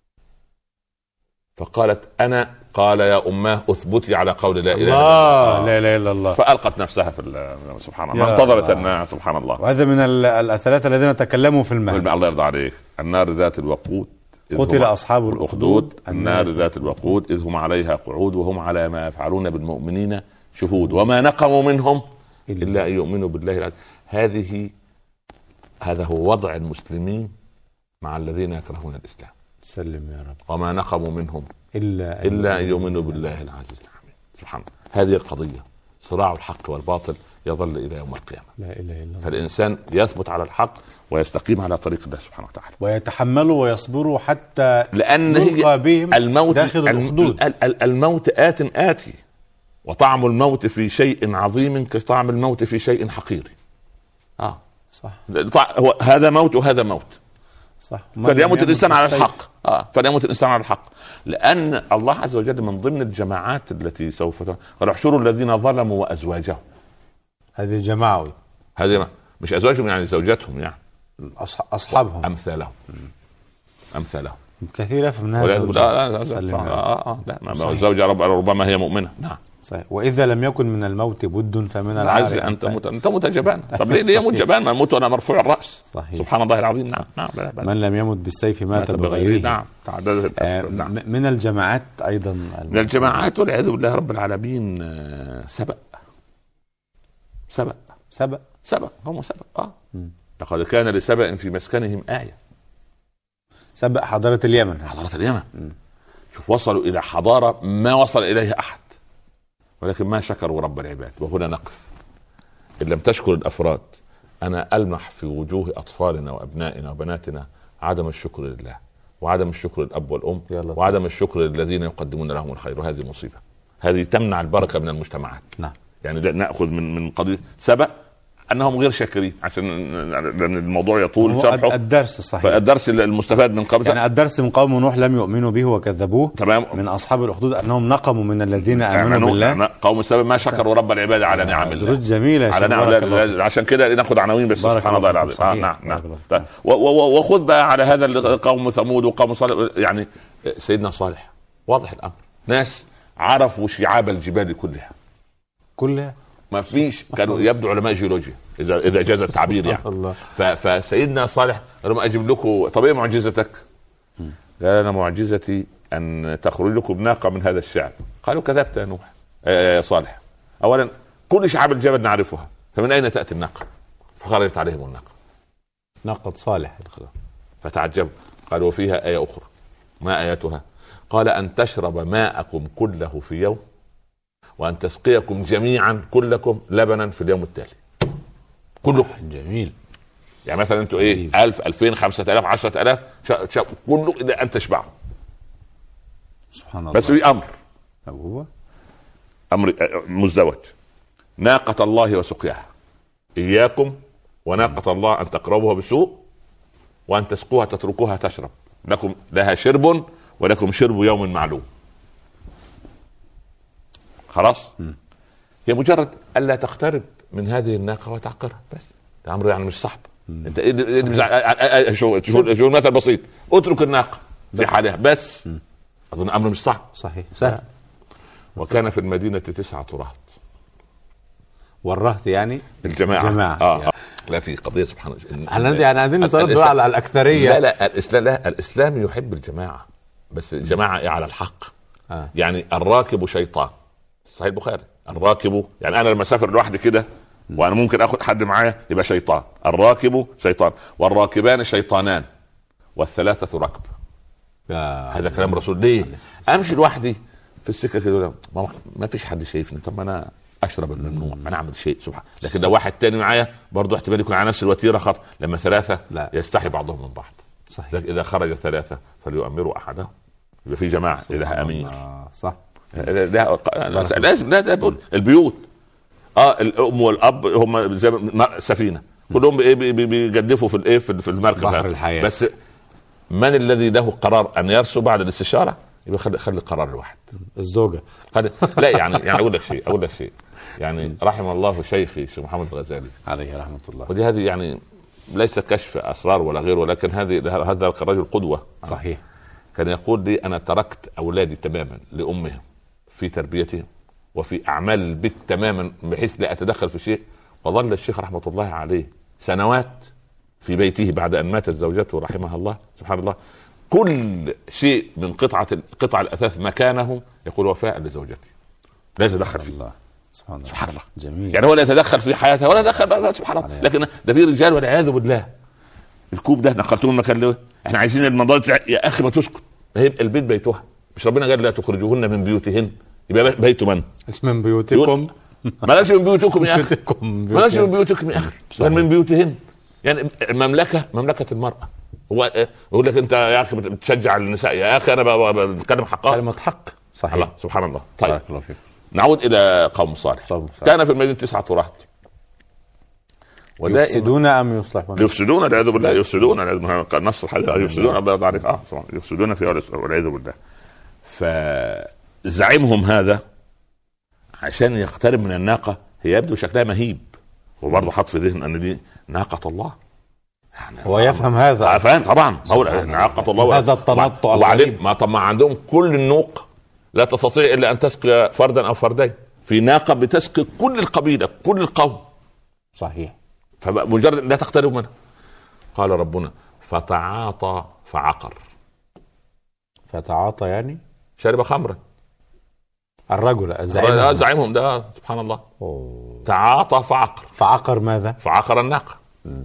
فقالت أنا قال يا أماه أثبتي على قول لا إله إلا الله لا إله إلا الله. فألقت نفسها في سبحان الله ما انتظرت النار. سبحان الله. وهذا من الثلاثة الذين تكلموا في المهد. الله يرضى عليك. النار ذات الوقود قتل أصحاب الأخدود. النار ذات الوقود إذ هم عليها قعود وهم على ما يفعلون بالمؤمنين شهود وما نقموا منهم إلا أن يؤمنوا بالله العظيم. هذه هذا هو وضع المسلمين مع الذين يكرهون الإسلام. سلم يا رب. وما نقموا منهم إلا إلا أن يؤمنوا بالله العزيز الحميد. سبحان الله. هذه القضية صراع الحق والباطل يظل إلى يوم القيامة. لا إله إلا الله. فالإنسان يثبت على الحق ويستقيم على طريق الله سبحانه وتعالى ويتحملوا ويصبروا حتى لأن هي الموت داخل الأخدود. الموت آت آتي وطعم الموت في شيء عظيم كطعم الموت في شيء حقير. آه صح. هو هذا موت وهذا موت. صح. فليموت الإنسان على الحق. آه. فليموت الإنسان على الحق لأن الله عز وجل من ضمن الجماعات التي سوف قال احشروا الذين ظلموا وأزواجهم. هذه جماعة. هذه مش أزواجهم يعني زوجاتهم يعني أصحابهم أمثالهم أمثالهم كثيرة من هذا. لا لا لا لا لا الزوجة ربما هي مؤمنة. نعم صحيح. وإذا لم يكن من الموت بد فمن العجز أن تموت. أنت موت جبان. طب ليه يموت جبان؟ ما موت وأنا مرفوع الرأس. صحيح. سبحان الله العظيم. نعم نعم لا لا. من لم يمت بالسيف مات بغيره. نعم. آه نعم. من الجماعات أيضا من الجماعات والعياذ بالله رب العالمين سبأ سبأ سبأ سبأ هم سبأ آه لقد كان لسبأ في مسكنهم آية. سبأ حضارة اليمن. حضارة اليمن. م. شوف وصلوا إلى حضارة ما وصل إليها أحد، ولكن ما شكروا رب العباد. وهنا نقف. إن لم تشكر الأفراد، أنا ألمح في وجوه أطفالنا وأبنائنا وبناتنا عدم الشكر لله، وعدم الشكر للأب والأم، وعدم الشكر للذين يقدمون لهم الخير. وهذه مصيبة، هذه تمنع البركة من المجتمعات. نعم. يعني نأخذ من من قضية سبأ أنهم غير شاكرين، عشان لأن الموضوع يطول شرحه. الدرس صحيح. الدرس المستفاد من قبل، يعني الدرس من قوم نوح لم يؤمنوا به وكذبوه. تمام. من أصحاب الأخدود أنهم نقموا من الذين آمنوا بالله. قوم سبأ ما شكروا رب العباد على نعم الله. دروس جميلة على نعم الله. عشان كده ناخذ عناوين بس. سبحان الله العظيم. آه نعم نعم. وخذ بقى على هذا قوم ثمود وقوم صالح. يعني سيدنا صالح واضح الأمر، ناس عرفوا شعاب الجبال كلها كلها. ما فيش، كانوا يبدو علماء جيولوجيا اذا اذا جاز التعبير يعني. فسيدنا صالح قال ما اجيب لكم. طب ايه معجزتك؟ قال انا معجزتي ان تخرج لكم ناقه من هذا الشعب. قالوا كذبت يا نوح يا صالح، اولا كل شعاب الجبل نعرفها، فمن اين تاتي الناقه؟ فخرجت عليهم الناقه، ناقه صالح. فتعجبوا، قالوا وفيها ايه اخرى. ما ايتها؟ قال ان تشرب ماءكم كله في يوم، وأن تسقيكم جميعا كلكم لبنا في اليوم التالي. كلكم. جميل. يعني مثلا انتوا ايه ألف ألفين خمسة آلاف عشرة آلاف شا... شا... كله إلى أن تشبعوا. سبحان الله. بس في أمر هو أمر مزدوج. ناقة الله وسقياها. إياكم وناقة الله أن تقربوها بسوء، وأن تسقوها تتركوها تشرب. لكم لها شرب ولكم شرب يوم معلوم. خلاص. م. هي مجرد ألا تقترب من هذه الناقة وتعقرها بس. ده أمر يعني مش صعب. انت شو شو شو المثل بسيط، اترك الناقة في حالها بس. م. أظن أمر مش صعب. صحيح سهل. وكان في المدينة تسعة رهط. والرهط يعني الجماعة. الجماعة. آه. يعني. لا في قضية سبحان الله. احنا يعني عايزين نتردد على الأكثرية. لا لا الإسلام لا الإسلام يحب الجماعة، بس الجماعة إيه على الحق. آه. يعني الراكب شيطان. صحيح البخاري. الراكب يعني انا لما اسافر لوحدي كده وانا ممكن اخذ حد معايا يبقى شيطان. الراكب شيطان، والراكبان شيطانان، والثلاثه ركب. هذا كلام رسول. ليه امشي لوحدي في السكه كده ما فيش حد شايفني؟ طب انا اشرب الممنوع، انا اعمل شيء سبحان. لكن لو واحد تاني معايا برضه احتمال يكون على نفس الوتيره خط. لما ثلاثه لا. يستحي بعضهم من بعض. صحيح. اذا خرج ثلاثه فليؤمروا احدهم. يبقى في جماعه لها امير. صح. لا لازم. لا ده البيوت اه الام والاب هم زي سفينه كلهم بيجدفوا في الايه في المركب بحر الحياه. بس من الذي له قرار ان يرسو بعد الاستشاره؟ يبقى خلي خلي القرار الواحد. الزوجه. لا يعني يعني اقول لك شيء اقول لك شيء يعني رحم الله شيخي الشيخ محمد الغزالي عليه رحمه الله. ودي هذه يعني ليس كشف اسرار ولا غيره، ولكن هذه هذا الرجل قدوه. صحيح. كان يقول لي انا تركت اولادي تماما لامهم في تربيتهم وفي أعمال البيت تماما بحيث لا أتدخل في شيء. وظل الشيخ رحمة الله عليه سنوات في بيته بعد أن ماتت زوجته رحمها الله. سبحان الله. كل شيء من قطعة قطع الأثاث مكانه يقول وفاء لزوجتي لا يتدخل فيه. الله. سبحان الله. سبحان الله. جميل. يعني هو لا يتدخل في حياتها ولا يتدخل. سبحان الله. لكن ده في رجال والعياذ بالله. الكوب ده نقلتوه من مكان له. احنا عايزين المناظر يا أخي ما تسكت. البيت بيتها. مش ربنا قال لا تخرجوهن من بيوتهن؟ يبقى بيت من؟ من بيوتكم. مالاش من بيوتكم يا اخي. مالاش من بيوتكم يا اخي. من بيوتهن. يعني المملكه مملكه المراه. هو يقول لك انت يا اخي بتشجع النساء. يا اخي انا بتكلم حقها. كلمه حق. صحيح. الله سبحان الله. طيب الله نعود الى قوم صالح. كان في المدينه تسعه رهط. يفسدون ام يصلحون؟ يفسدون والعياذ بالله. يفسدون نص الحديث. يفسدون الله عليك. اه يفسدون في والعياذ بالله. فزعيمهم هذا عشان يقترب من الناقة، هي يبدو شكلها مهيب، وبرضه حط في ذهن ان دي ناقة الله. يعني هو يفهم هذا. فاهم طبعا. هو ناقة الله. هذا التنطع. وبعدين ما طب ما عندهم كل النوق لا تستطيع الا ان تسقي فردا او فردين. في ناقة بتسقي كل القبيلة كل القوم. صحيح. فمجرد لا تقترب منها. قال ربنا فتعاطى فعقر. فتعاطى يعني شرب خمرا. الرجل زعيمهم, زعيمهم ده سبحان الله. أوه. تعاطى فعقر. فعقر ماذا؟ فعقر الناقة. م.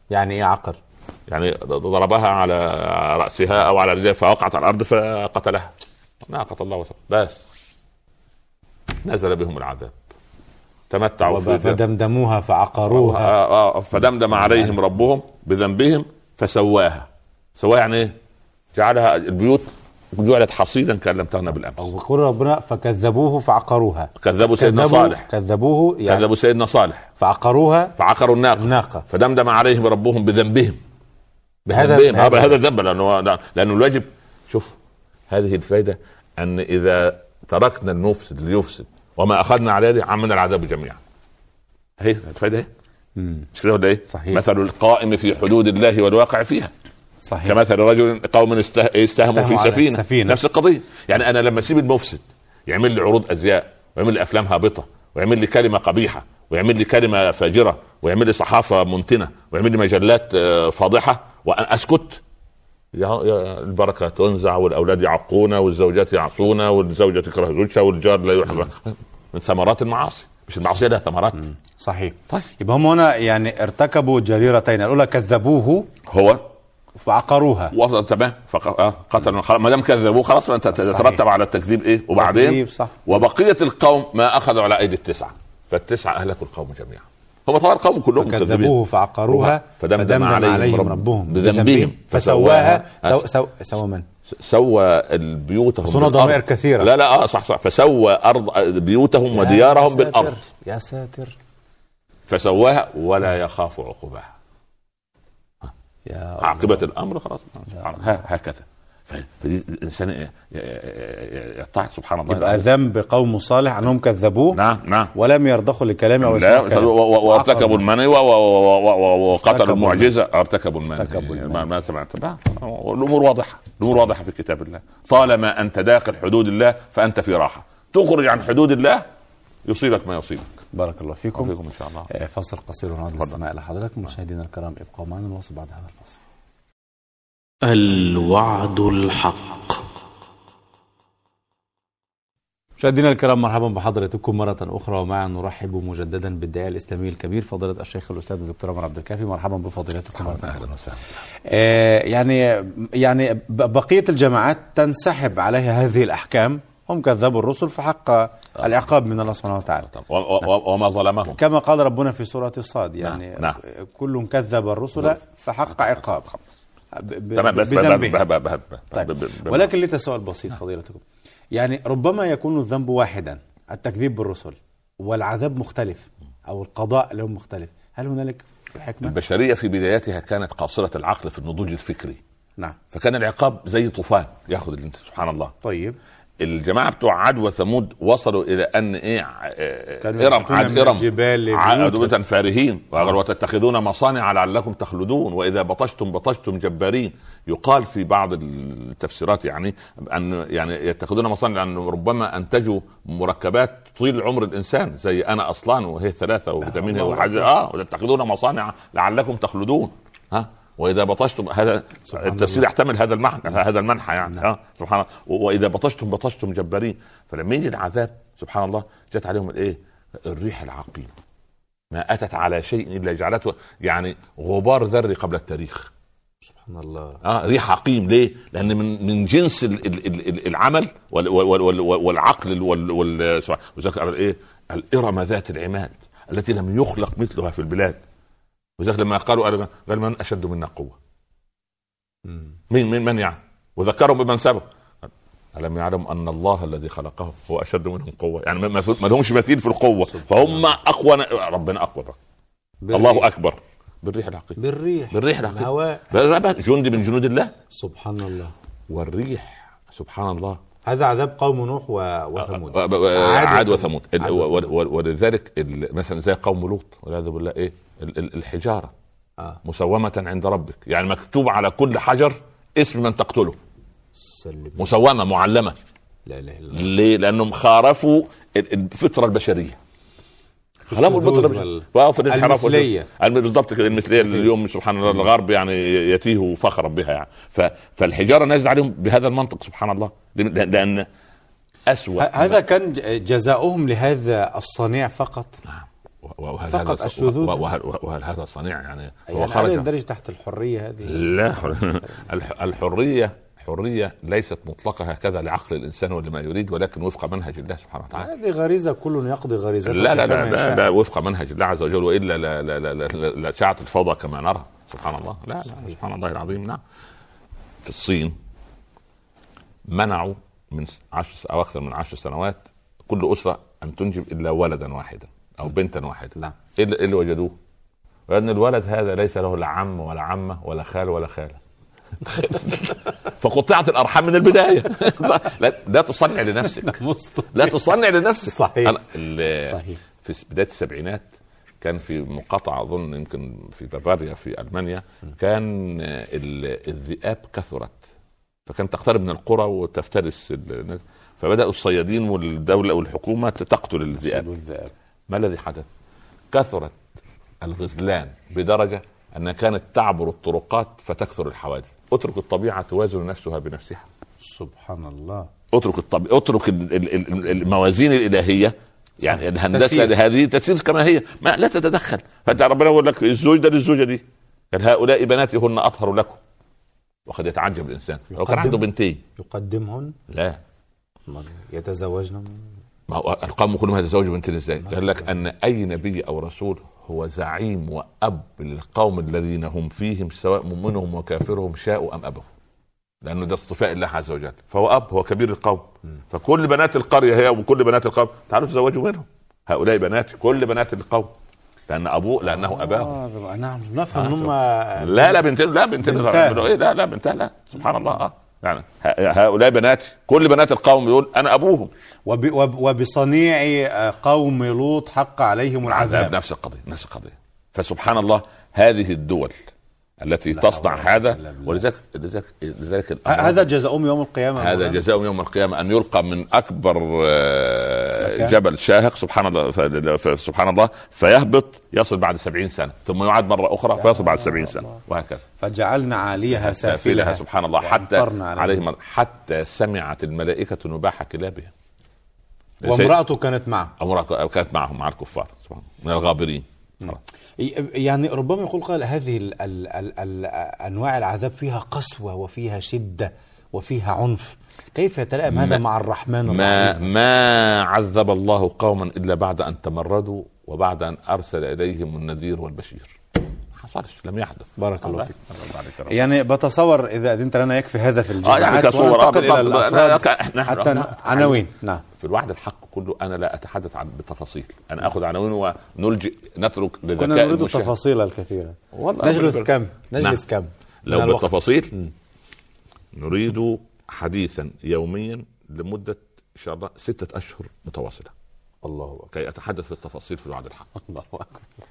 يعني ايه عقر؟ يعني ضربها على رأسها او على رجلها فوقعت على الارض فقتلها. ناقة الله وسلم. بس نزل بهم العذاب تمتعوا فدمدموها فعقروها فدمدم عليهم ربهم بذنبهم فسواها. سواها يعني ايه؟ جعلها البيوت جعلت حصيدا كان لم تغنى بالامس. ويقول ربنا فكذبوه فعقروها. كذبوا سيدنا صالح. كذبوه يعني كذبوا سيدنا صالح فعقروها فعقروا الناقة. الناقة فدمدم عليهم ربهم بذنبهم. بهذا بذنبهم. هذا الذنب لانه لانه الواجب. شوف هذه الفائدة ان اذا تركنا المفسد ليفسد وما اخذنا على يده عمنا العذاب جميعا. هي الفائدة مش كده ولا ايه؟ صحيح. مثل القائم في حدود الله والواقع فيها صحيح. كمثل رجل قوم يستهموا في سفينة. سفينة نفس القضية. يعني انا لما اسيب المفسد يعمل لي عروض ازياء ويعمل لي افلام هابطة ويعمل لي كلمة قبيحة ويعمل لي كلمة فاجرة ويعمل لي صحافة منتنة ويعمل لي مجلات فاضحة وانا اسكت، البركة تنزع والاولاد يعقون والزوجات يعصون والزوجة تكره زوجها والجار لا يحب من ثمرات المعاصي. مش المعصية لها ثمرات. صحيح. طيب. يبقى هم هنا يعني ارتكبوا جريرتين، الاولى كذبوه هو فعقروها تمام فقتلوا. ما دام كذبوه خلاص انت تترتب على التكذيب ايه وبعدين صح. وبقيه القوم ما اخذوا على ايدي التسعه فالتسعه اهلكوا القوم جميعا. هم طبعا القوم كلهم كذبوه فعقروها فدمدم عليهم, عليهم ربهم بذنبهم فسواها. سو سو سوى من سوى بيوتهم صنع ضمائر كثيره. لا لا اه صح صح فسوى ارض بيوتهم وديارهم بالارض. يا ساتر. فسواها ولا يخاف عقباها. عاقبة الأمر خلاص هكذا. فدي الإنسان يطاع سبحان الله. يبقى ذنب قوم صالح أنهم كذبوه. نعم نعم. ولم يرضخوا لكلامه أو لا وارتكبوا المني وقتلوا المعجزة. ارتكبوا المني ما سمعت. الأمور واضحة. الأمور واضحة في كتاب الله. طالما أنت داخل حدود الله فأنت في راحة. تخرج عن حدود الله يصيبك ما يصيبك. بارك الله فيكم. فيكم إن شاء الله. فاصل قصير ونعود للاستماع إلى حضراتكم. مشاهدينا الكرام ابقوا معنا نواصل بعد هذا الفاصل. الوعد الحق. مشاهدينا الكرام مرحبا بحضراتكم مرة أخرى، ومعا نرحب مجددا بالداعية الإسلامي الكبير فضيلة الشيخ الأستاذ الدكتور عمر عبد الكافي. مرحبا بفضيلتكم مرة أخرى. أهلا وسهلا. آه يعني يعني بقية الجماعات تنسحب عليها هذه الأحكام. هم كذبوا الرسل فحق العقاب من الله سبحانه وتعالى وما ظلمهم كما قال ربنا في سورة الصاد. يعني نعم. كل كذب الرسل فحق عقاب بذنبه. طيب. ولكن لي تساؤل بسيط فضيلتكم. يعني ربما يكون الذنب واحدا التكذيب بالرسل والعذاب مختلف أو القضاء له مختلف. هل هنالك حكمة؟ البشرية في بداياتها كانت قاصرة العقل في النضوج الفكري. نعم. فكان العقاب زي طوفان ياخذ سبحان الله. طيب. الجماعة بتوع عاد وثمود وصلوا إلى أن إيه إرم عاد إرم عادوا فارهين وتتخذون مصانع لعلكم تخلدون وإذا بطشتم بطشتم جبارين. يقال في بعض التفسيرات يعني أن يعني يتخذون مصانع لأنه ربما أنتجوا مركبات طيل عمر الإنسان زي أنا أصلان وهي ثلاثة وفيتامين وحاجة آه وتتخذون مصانع لعلكم تخلدون. ها واذا بطشتم هذا التفسير يحتمل هذا المعنى هذا المنحى يعني اه سبحان الله. واذا بطشتم بطشتم جبارين. فلما يجي العذاب سبحان الله جت عليهم الايه الريح العقيم ما اتت على شيء الا جعلته يعني غبار ذري قبل التاريخ. سبحان الله. اه ريح عقيم. ليه؟ لان من من جنس العمل والعقل وذكر الايه الارم ذات العماد التي لم يخلق مثلها في البلاد. وذلك لما قالوا قال من أشد منا قوة. مين من من يعني وذكرهم بمن سبق. ألم يعلم أن الله الذي خلقهم هو أشد منهم قوة. يعني ما ما لهمش مثيل في القوة فهم أقوى. ربنا أقوى. الله أكبر بالريح العقيم. بالريح بالريح العقيم. الهواء. جند من جنود الله. سبحان الله. والريح سبحان الله. هذا عذاب قوم نوح وثمود. عاد وثمود. ولذلك مثلا زي قوم لوط والعياذ بالله ايه الحجارة آه. مسومة عند ربك. يعني مكتوب على كل حجر اسم من تقتله. سلم. مسومة معلمة. لا لا لا. ليه؟ لأنهم خالفوا الفطرة البشرية. خالفوا الفطرة البشرية. المثلية. بالضبط كده المثلية. اليوم سبحان الله الغرب يعني يتيه فخرا بها يعني. فالحجارة نازل عليهم بهذا المنطق سبحان الله. لأن أسوأ هذا كان جزاؤهم لهذا الصنيع فقط. نعم. وهل فقط هذا الشذوذ، وهل, وهل هذا صنيع يعني؟ هو يعني خرج يندرج تحت الحرية هذه؟ لا الحرية حرية ليست مطلقة هكذا لعقل الإنسان ولما يريد، ولكن وفق منهج الله سبحانه وتعالى. هذه غريزة كل يقضي غريزته. لا لا لا, لا, لا وفق منهج الله عز وجل، وإلا لا لا لا, لا, لا, لا شاعت الفوضى كما نرى. سبحان الله. لا, لا سبحان الله العظيم. نعم. في الصين منعوا من عشر أو أكثر من عشر سنوات كل أسرة أن تنجب إلا ولدا واحدا أو بنتا واحدة. نعم. إيه اللي وجدوه؟ وأن الولد هذا ليس له لا عم ولا عمة ولا خال ولا خالة. فقطعت الأرحام من البداية. لا, لا تصنع لنفسك، لا تصنع لنفسك. صحيح. صحيح. في بداية السبعينات كان في مقاطعة أظن يمكن في بافاريا في ألمانيا، كان الذئاب كثرت، فكانت تقترب من القرى وتفترس، فبدأوا الصيادين والدولة والحكومة تقتل الذئاب. ما الذي حدث؟ كثرت الغزلان بدرجة أنها كانت تعبر الطرقات فتكثر الحوادث. اترك الطبيعة توازن نفسها بنفسها. سبحان الله. اترك الطبيعة، اترك الموازين الإلهية، يعني الهندسة هذه تسير كما هي، ما لا تتدخل. فأنت ربنا يقول لك الزوج ده للزوجة دي، قال هؤلاء بناتي هن أطهر لكم. وقد يتعجب الإنسان لو كان عنده بنتين يقدمهن، لا يتزوجن. ما هو القوم كلهم يتزوجوا بنتين ازاي؟ قال لك أن أي نبي أو رسول هو زعيم وأب للقوم الذين هم فيهم، سواء منهم وكافرهم شاءوا أم أبوا، لأنه ده اصطفاء الله عز وجل. فهو أب، هو كبير القوم. فكل بنات القرية هي وكل بنات القوم تعالوا تزوجوا منهم، هؤلاء بناتي، كل بنات القوم، لأن أبوه لأنه أباه. آه نعم نفهم. آه هم لا لا بنتين، لا بنتين لا لا بنتين لا سبحان الله. آه يعني هؤلاء بناتي، كل بنات القوم يقول أنا أبوهم. وب وبصنيع قوم لوط حق عليهم العذاب. نفس القضية، نفس القضية. فسبحان الله هذه الدول التي تصنع هذا، ولذلك لذلك لذلك هذا جزاؤهم يوم القيامة. هذا جزاؤهم يوم القيامة، أن يلقى من أكبر جبل شاهق سبحان الله سبحان الله فيهبط، يصل بعد سبعين سنة، ثم يعاد مرة أخرى فيصل بعد سبعين سنة، وهكذا. فجعلنا عاليها سافلها سبحان الله حتى عليهم، حتى سمعت الملائكة نباح كلابها. وامرأته كانت معه، امرأته كانت معهم مع الكفار سبحان من الغابرين. يعني ربما يقول قال هذه ال ال ال ال أنواع العذاب فيها قسوة وفيها شدة وفيها عنف، كيف يتلائم هذا مع الرحمن ما الرحيم؟ ما عذب الله قوما إلا بعد أن تمردوا وبعد أن أرسل إليهم النذير والبشير. حصلش، لم يحدث. بارك الله فيك. يعني بتصور إذا أنت لنا يكفي هذا في الجامعات. آه يعني كصور إلى الأفراد حتى عناوين. نعم. في الوعد الحق كله أنا لا أتحدث عن بالتفاصيل، أنا أخذ عناوين ونلجئ نترك لذكاء كنا نريد التفاصيل الكثيرة. نجلس كم نجلس نعم. كم لو بالتفاصيل م. نريد حديثا يوميا لمدة إن شاء الله ستة أشهر متواصلة. الله أكبر. كي أتحدث في التفاصيل في الوعد الحق. الله أكبر.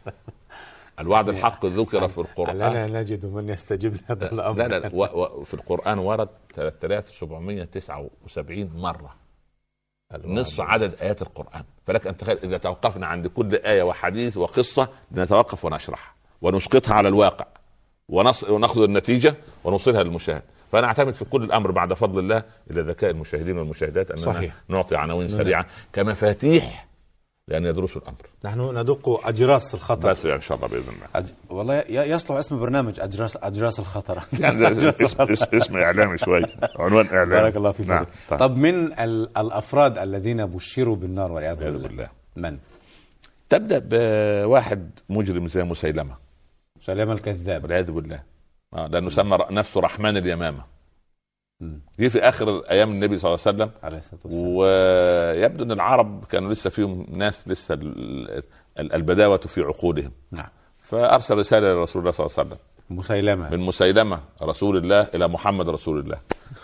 الوعد الحق ذكر في القرآن. لا لا نجد من يستجيب لهذا الأمر. لا لا وفي القرآن ورد ثلاثة آلاف وسبعمائة وتسعة وسبعين مرة، نصف عدد آيات القرآن. فلك أن تخيل إذا توقفنا عند كل آية وحديث وقصة لنتوقف ونشرح ونسقطها على الواقع ونأخذ النتيجة ونوصلها للمشاهد. فأنا أعتمد في كل الأمر بعد فضل الله إلى ذكاء المشاهدين والمشاهدات أننا صحيح. نعطي عناوين سريعة كمفاتيح لأن يدرسوا الأمر. نحن ندق أجراس الخطر بس إن شاء الله بإذن الله. أج... والله يصلح اسم برنامج أجراس أجراس الخطر. يعني اسم, اسم إعلامي شوي، عنوان إعلامي. بارك الله فيك. نعم. طب. طب من ال... الأفراد الذين بشروا بالنار والعياذ بالله. بالله من؟ تبدأ بواحد مجرم زي مسيلمة مسيلمة الكذاب والعياذ بالله، آه لأنه سمى نفسه رحمن اليمامة. جه في اخر ايام النبي صلى الله عليه وسلم عليه الصلاه والسلام، ويبدو ان العرب كانوا لسه فيهم ناس لسه البداوه في عقولهم. نعم. فارسل رساله لرسول الله صلى الله عليه وسلم، مسيلمه من مسيلمه رسول الله الى محمد رسول الله.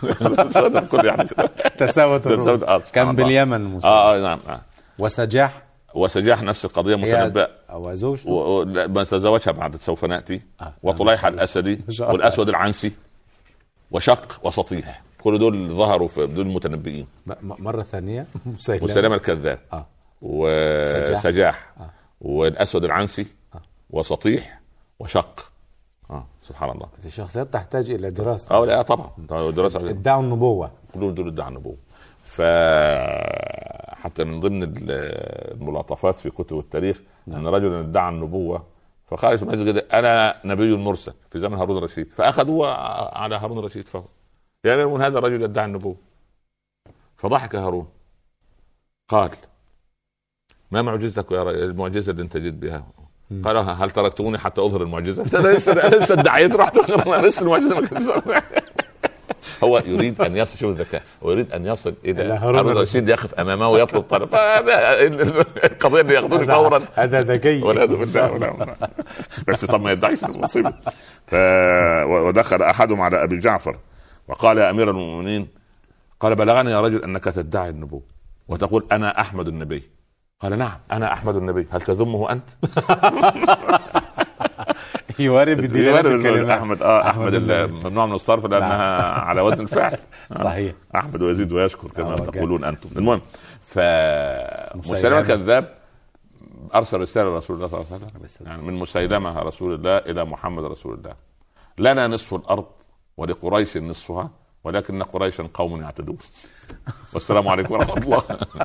يعني تساوت الروم. كان باليمن مسيلمة. اه نعم. آه. وسجاح وسجاح نفس القضيه متنبأ او زوجته و... ما تزوجها بعد سوف ناتي. آه. وطليحه الاسدي والاسود العنسي وشق وسطيح، كل دول ظهروا في دول متنبئين. مرة ثانية مسيلمة الكذاب آه. وسجاح آه. والأسود العنسي آه. وسطيح وشق. آه. سبحان الله. الشخصيات تحتاج إلى دراسة. اه لا طبعا دراسة. ادعوا النبوة، كلهم دول ادعوا النبوة. فحتى من ضمن الملاطفات في كتب التاريخ ان رجلا ادعى النبوه فقال اسمه المسجد انا نبي مرسل في زمن هارون الرشيد، فاخذوه على هارون الرشيد فهو يعني من هذا الرجل ادعى النبوه. فضحك هارون قال ما معجزتك يا المعجزه اللي انت جيت بها؟ قال هل تركتوني حتى اظهر المعجزه؟ انا لسه لسه ادعيت رحت انا لسه المعجزه ما كانتش. هو يريد ان يصل، شوف الذكاء، ويريد ان يصل الى هارون الرشيد يقف امامه ويطلب طلب. القضيه اللي ياخذوني فورا هذا ذكي ولا بالله بس طب ما يدعيش المصيبه. ودخل احدهم على ابي جعفر وقال يا امير المؤمنين، قال بلغني يا رجل انك تدعي النبوه وتقول انا احمد النبي. قال نعم انا احمد النبي، هل تذمه انت؟ يوارد بدينا احمد اه احمد ممنوع من الصرف لانها على وزن الفعل. صحيح. احمد ويزيد ويشكر كما تقولون انتم. المهم فمسيلمة الكذاب ارسل رساله لرسول الله صلى الله عليه وسلم، يعني من مسيلمة رسول الله الى محمد رسول الله: لنا نصف الارض ولقريش نصفها ولكن قريشا قوم يعتدون. والسلام عليكم ورحمه الله.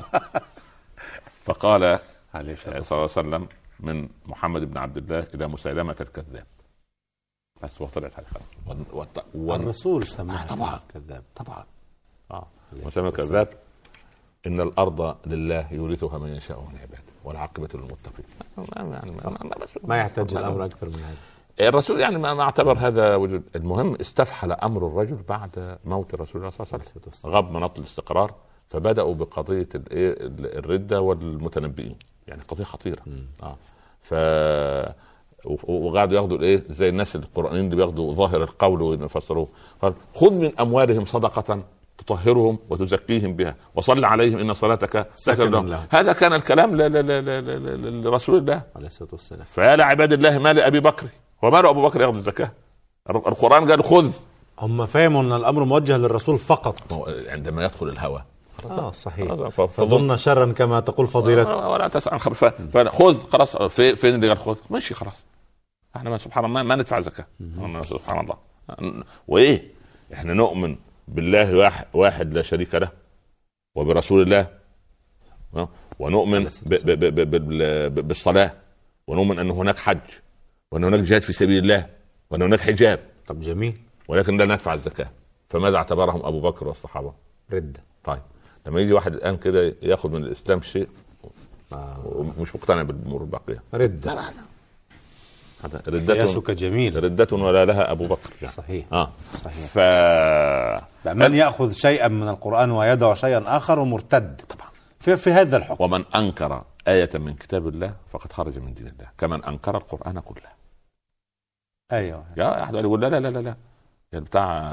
فقال صلى الله عليه وسلم من محمد بن عبد الله الى مسيلمة الكذاب. بس وطلعت هذه وط... والرسول سماه طبعا كذاب طبعا. اه مسيلمة الكذاب ان الارض لله يورثها من يشاء من عباده والعاقبه للمتقين. يعني ما, ما يحتاج الامر اكثر من هذا. الرسول يعني ما اعتبر هذا وجود. المهم استفحل امر الرجل بعد موت الرسول صلى الله عليه وسلم، غاب مناط الاستقرار، فبداوا بقضيه الرده والمتنبئين، يعني قضيه خطيره. اه ف وقعدوا ياخذوا الايه زي الناس القرآنيين اللي بياخذوا ظاهر القول ويفسروه. قال خذ من اموالهم صدقه تطهرهم وتزكيهم بها وصل عليهم ان صلاتك سكن لهم. هذا كان الكلام لرسول الله عليه الصلاه والسلام. فيا لعباد الله ما لابي بكر وما له ابو بكر ياخذ الزكاه. القرآن قال خذ. هم فهموا ان الامر موجه للرسول فقط عندما يدخل الهوى. اه صحيح. فظن شرا كما تقول فضيلتك ولا تسأل خبر. فخذ خلاص. في فين اللي قال خذ؟ ماشي خلاص. احنا سبحان الله ما ندفع زكاه. سبحان الله. وايه احنا نؤمن بالله واحد, واحد لا شريك له وبرسول الله، ونؤمن ب ب ب ب بالصلاه، ونؤمن ان هناك حج، وان هناك جهاد في سبيل الله، وان هناك حجاب. طب جميل. ولكن لا ندفع الزكاه. فماذا اعتبرهم ابو بكر والصحابه؟ رده. طيب لما يجي واحد الان كده ياخذ من الاسلام شيء آه. ومش مقتنع بالامور الباقيه رده. هذا ردة جميل. ردة ولا لها ابو بكر يعني. صحيح. اه صحيح. ف من ياخذ شيئا من القرآن ويدع شيئا اخر ومرتد طبعا في في هذا الحكم. ومن انكر آية من كتاب الله فقد خرج من دين الله كمن انكر القرآن كله. ايوه يا احد يقول لا لا لا لا يعني بتاع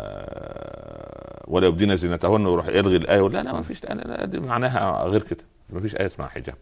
ولا يبدين زينتهن ويروح يلغي الايه. لا لا ما فيش، دي معناها غير كده. ما فيش ايه اسمها حجاب.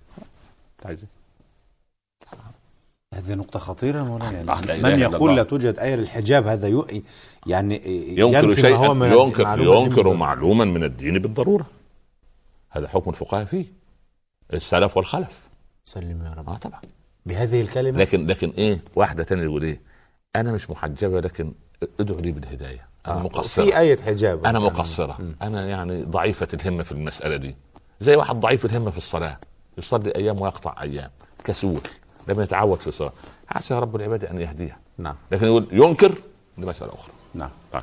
هذه نقطة خطيرة مولانا. من يقول لا توجد آية للحجاب هذا يؤي يعني ينكر شيئا ينكر, ينكر معلوما من الدين بالضرورة. هذا حكم الفقهاء فيه السلف والخلف. سلم يا رب. اه طبعا بهذه الكلمة. لكن لكن ايه واحدة تانية يقول ايه انا مش محجبة لكن ادعو لي بالهداية. انا آه. مقصرة في آية حجاب. انا مقصرة. انا يعني ضعيفة الهمة في المسألة دي، زي واحد ضعيف الهمة في الصلاة يصلي ايام ويقطع ايام، كسول لما يتعود في الصلاة. عسى رب العباد ان يهديها. نعم. لكن يقول ينكر دي مسألة اخرى. نعم. طيب.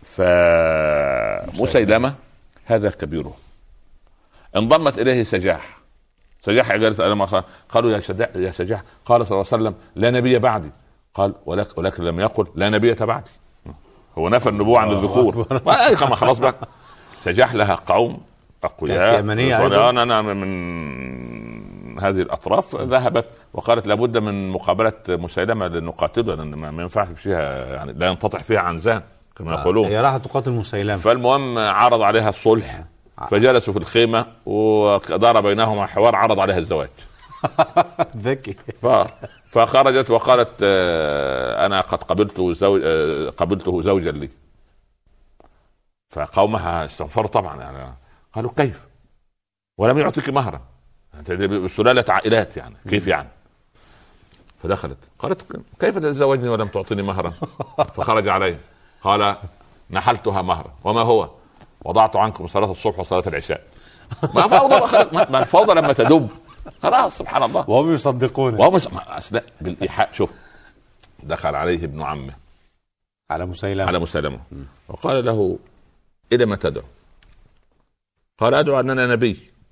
فمسيلمة هذا كبيره. انضمت اليه سجاح. سجاح قالوا يا سجاح يا سجاح قال صلى الله عليه وسلم لا نبي بعدي. قال ولكن, ولكن لم يقل لا نبي بعدي. هو نفى النبوة عن الذكور. ما خلاص بقى. سجاح لها قوم اقوياء. انا من هذه الاطراف ذهبت وقالت لابد من مقابله مسيلمه لنقاتله لان ما ينفعش فيها يعني لا ينقطع فيها عنزان كما يقولون. هي راحت تقاتل مسيلمه. فالمهم عرض عليها الصلح فجلسوا في الخيمه ودار بينهما حوار عرض عليها الزواج. ذكي. فخرجت وقالت انا قد قبلته زوج قبلته زوجا لي. فقومها استنفروا طبعا يعني قالوا كيف ولم يعطيك مهرا سلالة عائلات يعني كيف يعني. فدخلت قالت كيف تتزوجني ولم تعطيني مهرا. فخرج عليه قال نحلتها مهرا وما هو وضعت عنكم صلاة الصبح وصلاة العشاء. ما فوضى ما الفوضى لما تدب خلاص سبحان الله. وهم يصدقون وهم أصلا بالإيحاء. شوف دخل عليه ابن عمه على مسيلمة على مسيلمة وقال له إلى ما تدعو؟ قال أدعو أننا نبي.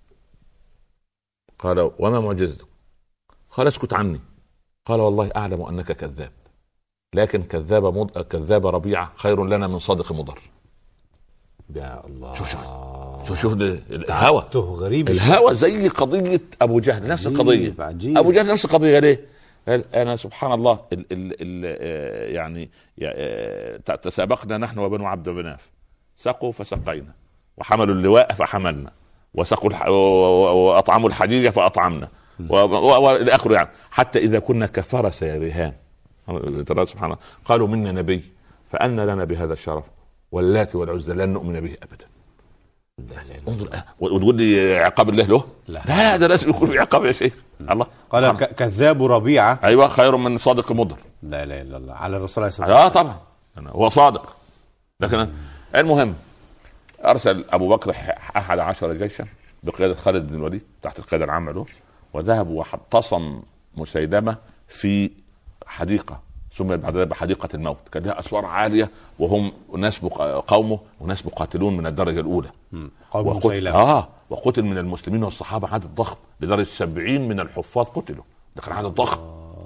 قال وما معجزتك؟ قال اسكت عني. قال والله أعلم أنك كذاب، لكن كذاب مض... كذاب ربيعة خير لنا من صادق مضر. يا الله. شوف شوف شوف, شوف الهوى غريب. الهوى زي قضية أبو جهل، نفس القضية. عجيب. أبو جهل نفس القضية. ليه؟ أنا سبحان الله ال ال ال يعني تسابقنا نحن وبنو عبد مناف، سقوا فسقينا، وحملوا اللواء فحملنا، وسقوا وأطعموا الحجيجة فأطعمنا، والى اخره. يعني حتى اذا كنا كفرس يا رهان سبحان الله قالوا منا نبي فأن لنا بهذا الشرف، واللات والعزى لن نؤمن به ابدا. انظر وتقول لي عقاب الله له؟ لا, لا ده لازم يكون في عقاب يا شيخ. الله قال ك- كذاب ربيعة ايوه خير من صادق مضر. لا لا لا الله على الرسول عليه الصلاة والسلام. اه طبعا هو صادق. لكن المهم ارسل ابو بكر احد عشر جيشا بقيادة خالد بن الوليد تحت القيادة العامة له، وذهبوا واعتصم مسيلمة في حديقة سميت بعد ذلك بحديقة الموت، كان لها أسوار عالية وهم ناس قومه وناس مقاتلون من الدرجة الأولى. قوم وقتل مسيلمة. آه وقتل من المسلمين والصحابة عدد ضخم لدرجة سبعين من الحفاظ قتلوا، ده كان عدد ضخم.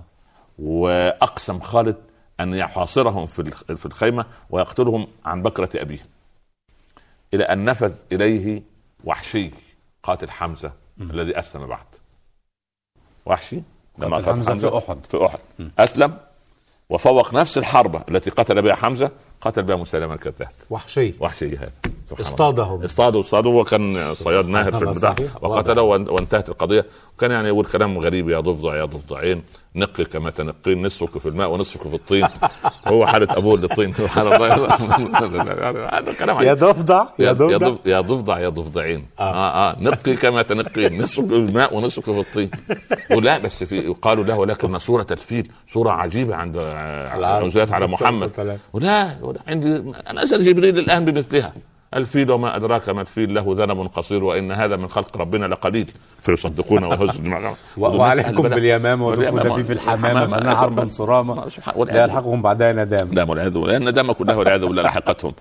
وأقسم خالد أن يحاصرهم في الخيمة ويقتلهم عن بكرة أبيه، إلى أن نفذ إليه وحشي قاتل حمزة الذي أسلم بعد. وحشي لما قاتل حمزة, حمزة في أحد في أحد أسلم وفوق نفس الحربة التي قتل بها حمزة قتل بها مسيلمة الكذاب. وحشي وحشي هذا اصطاده اصطاده اصطاده وكان صياد ماهر في البتاع وقتله وانتهت القضية. وكان يعني يقول كلام غريب، يا ضفدع يا ضفدعين نقي كما تنقين، نصفك في الماء ونصفك في الطين. هو حالة أبوه للطين سبحان الله. هذا كلام يا ضفدع يا ضفدع يا ضفدع يا ضفدعين اه اه نقي كما تنقين، نصفك في الماء ونصفك في الطين. ولا بس في قالوا له ولكن صورة الفيل صورة عجيبة عند العزاة على محمد. ولا عندي أنا أسأل جبريل الآن بمثلها. الفيل وما أدراك ما الفيل له ذنب قصير وإن هذا من خلق ربنا لقليل فيصدقون وهزم. وعليكم باليمامة ودفوا في الحمامة فأنا حرب صرامة لا يلحقهم بعدها ندامة. لا والعياذ بالله الندامة كلها والعياذ بالله لحقتهم.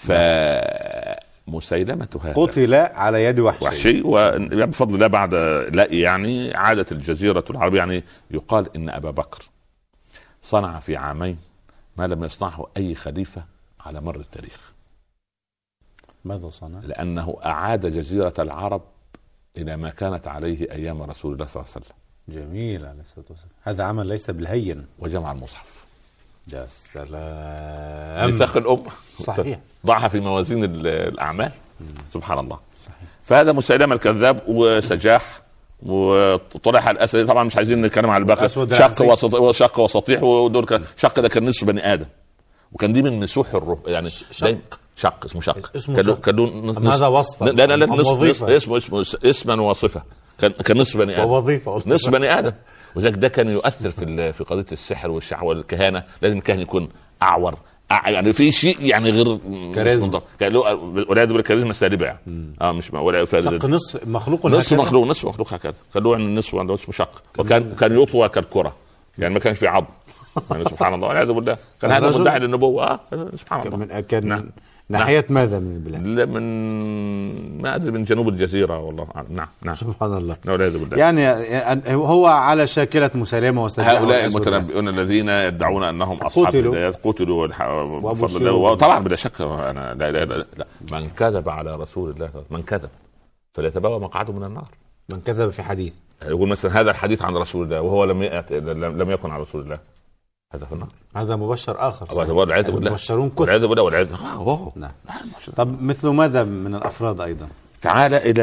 فمسيلمة هذا قتل على يد وحشي. وحشي وبفضل الله بعد لا يعني عادت الجزيرة العربية. يعني يقال إن أبا بكر صنع في عامين ما لم يصنعه أي خليفة على مر التاريخ. ماذا صنع؟ لأنه أعاد جزيرة العرب إلى ما كانت عليه أيام رسول الله صلى الله عليه وسلم. جميل عليه الصلاة والسلام. هذا عمل ليس بالهين. وجمع المصحف. يا سلام. ميثاق الأمة. صحيح. ضعها في موازين الأعمال. سبحان الله. صحيح. فهذا مسيلمة الكذاب وسجاح وطلح الأسد. طبعا مش عايزين نتكلم على الباقي. شق وسط وشق وسطيح ودول كان شق، ده كان نصف بني آدم، وكان دي من مسوح الروح يعني. شق شق اسمه شق اسمه كان هذا وصفه. لا لا لا نصف اسمه اسمه اسما وصفه. كان كان نصف بني ادم ووظيفه نصف بني ادم. وذلك ده كان يؤثر في في قضيه السحر والشعوذه والكهانه. لازم الكاهن يكون اعور يعني في شيء يعني غير كاريزما. كان له والعياذ بالله كاريزما سالبه يعني. اه مش ولا شق نصف مخلوق نصف مخلوق نصف مخلوق هكذا. خلوه عن النصف عنده اسمه شق. وكان كان يطوى كالكره يعني ما كانش في عظم يعني. سبحان الله والعياذ بالله. كان هذا مدعي للنبوه. اه سبحان الله. كان نعم. ناحية ماذا من البلاد؟ لا من ما أدري من جنوب الجزيرة والله. نعم نعم سبحان الله. يعني هو على شاكلة مسيلمة وسجاح. هؤلاء المتنبئون الذين يدعون أنهم أصحاب الهدايات قتلوا قتلوا طبعا بلا شك. أنا لا لا لا, لا. من كذب على رسول الله من كذب فليتبوأ مقعده من النار. من كذب في حديث يقول مثلا هذا الحديث عن رسول الله وهو لم لم يكن عن رسول الله، هذا في النار. هذا مبشر آخر. مبشرون كثر. والعياذ بالله والعياذ. آه نعم. طب مثل ماذا من الأفراد أيضا؟ تعال إلى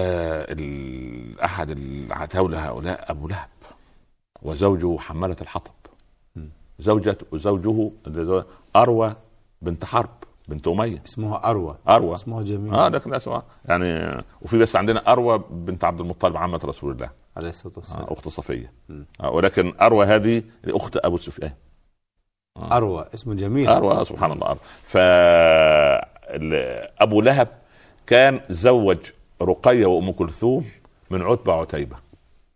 أحد العتاولة هؤلاء أبو لهب وزوجه حمالة الحطب. زوجة وزوجه أروى بنت حرب بنت أمية. اسمها أروى. أروى اسمها جميل. آه لكن اسمها يعني. وفي بس عندنا أروى بنت عبد المطلب عمة رسول الله عليه الصلاة والسلام. آه أخت صفية. آه ولكن أروى هذه أخت أبو سفيان. آه. أروى اسمه جميل. أروى سبحان الله. أروى. فأبو لهب كان زوج رقية وأم كلثوم من عتبة عتيبة.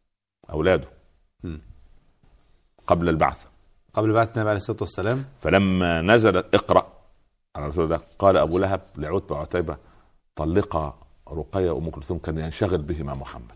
اولاده م. قبل البعث قبل بعث النبي عليه الصلاه والسلام. فلما نزلت اقرأ على رسول الله قال ابو لهب لعتبة وعتيبة طلقا رقية وام كلثوم كان ينشغل بهما محمد.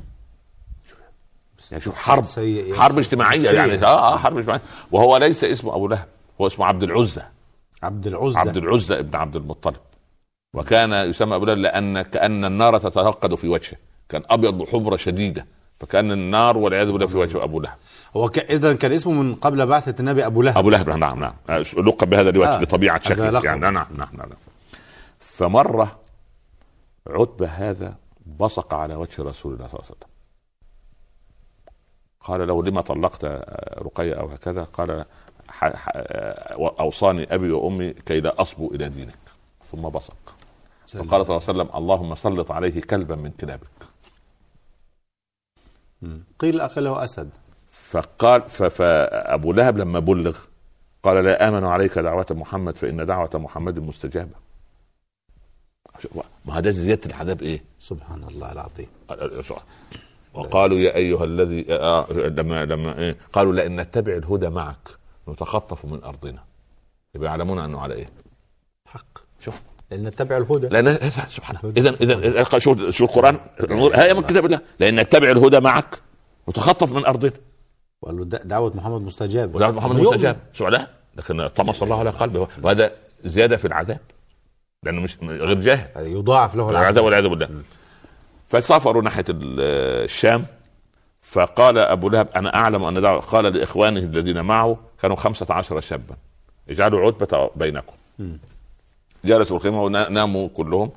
يعني شوف حرب حرب اجتماعيه يعني اه حرب اجتماعيه. وهو ليس اسمه ابو لهب، هو اسمه عبد العزى. عبد العزى عبد العزى ابن عبد المطلب. وكان يسمى ابو لهب لان كان النار تتوقد في وجهه، كان ابيض حمره شديده، فكان النار والعياذ بالله في وجه ابو لهب. هو ك... اذا كان اسمه من قبل بعثه النبي ابو لهب. ابو لهب نعم نعم لقب بهذا الوجه آه. بطبيعه شكله يعني نعم نعم نعم. فمره عتبة هذا بصق على وجه رسول الله صلى الله عليه وسلم، قال له لما طلقت رقية أو هكذا؟ قال أوصاني أبي وأمي كي لا أصبو إلى دينك، ثم بصق. فقال صلى الله عليه وسلم اللهم سلط عليه كلبا من كلابك. قيل أكله أسد. فقال فأبو لهب لما بلغ قال لا آمن عليك دعوة محمد فإن دعوة محمد مستجابة. ما هذا زيادة العذاب ايه؟ سبحان الله العظيم. وقالوا يا ايها الذي آه لما لما إيه؟ قالوا لئن نتبع الهدى معك نتخطف من ارضنا. يبقى يعلمون انه على ايه؟ حق. شوف لان نتبع الهدى. لان سبحان الله. اذا اذا شو شو القران هي من كتاب الله، لئن نتبع الهدى معك نتخطف من ارضنا. وقال له دعوة محمد مستجاب. ودعوة محمد مستجاب سعداء، لكن طمس الله على قلبه، وهذا زيادة في العذاب لانه مش غير جاهل، يضاعف له العذاب والعياذ بالله. فسافروا ناحيه الشام، فقال ابو لهب انا اعلم ان دعوة، قال لاخوانه الذين معه كانوا خمسة عشر شابا اجعلوا عتبة بينكم. جلسوا الخيمه وناموا كلهم.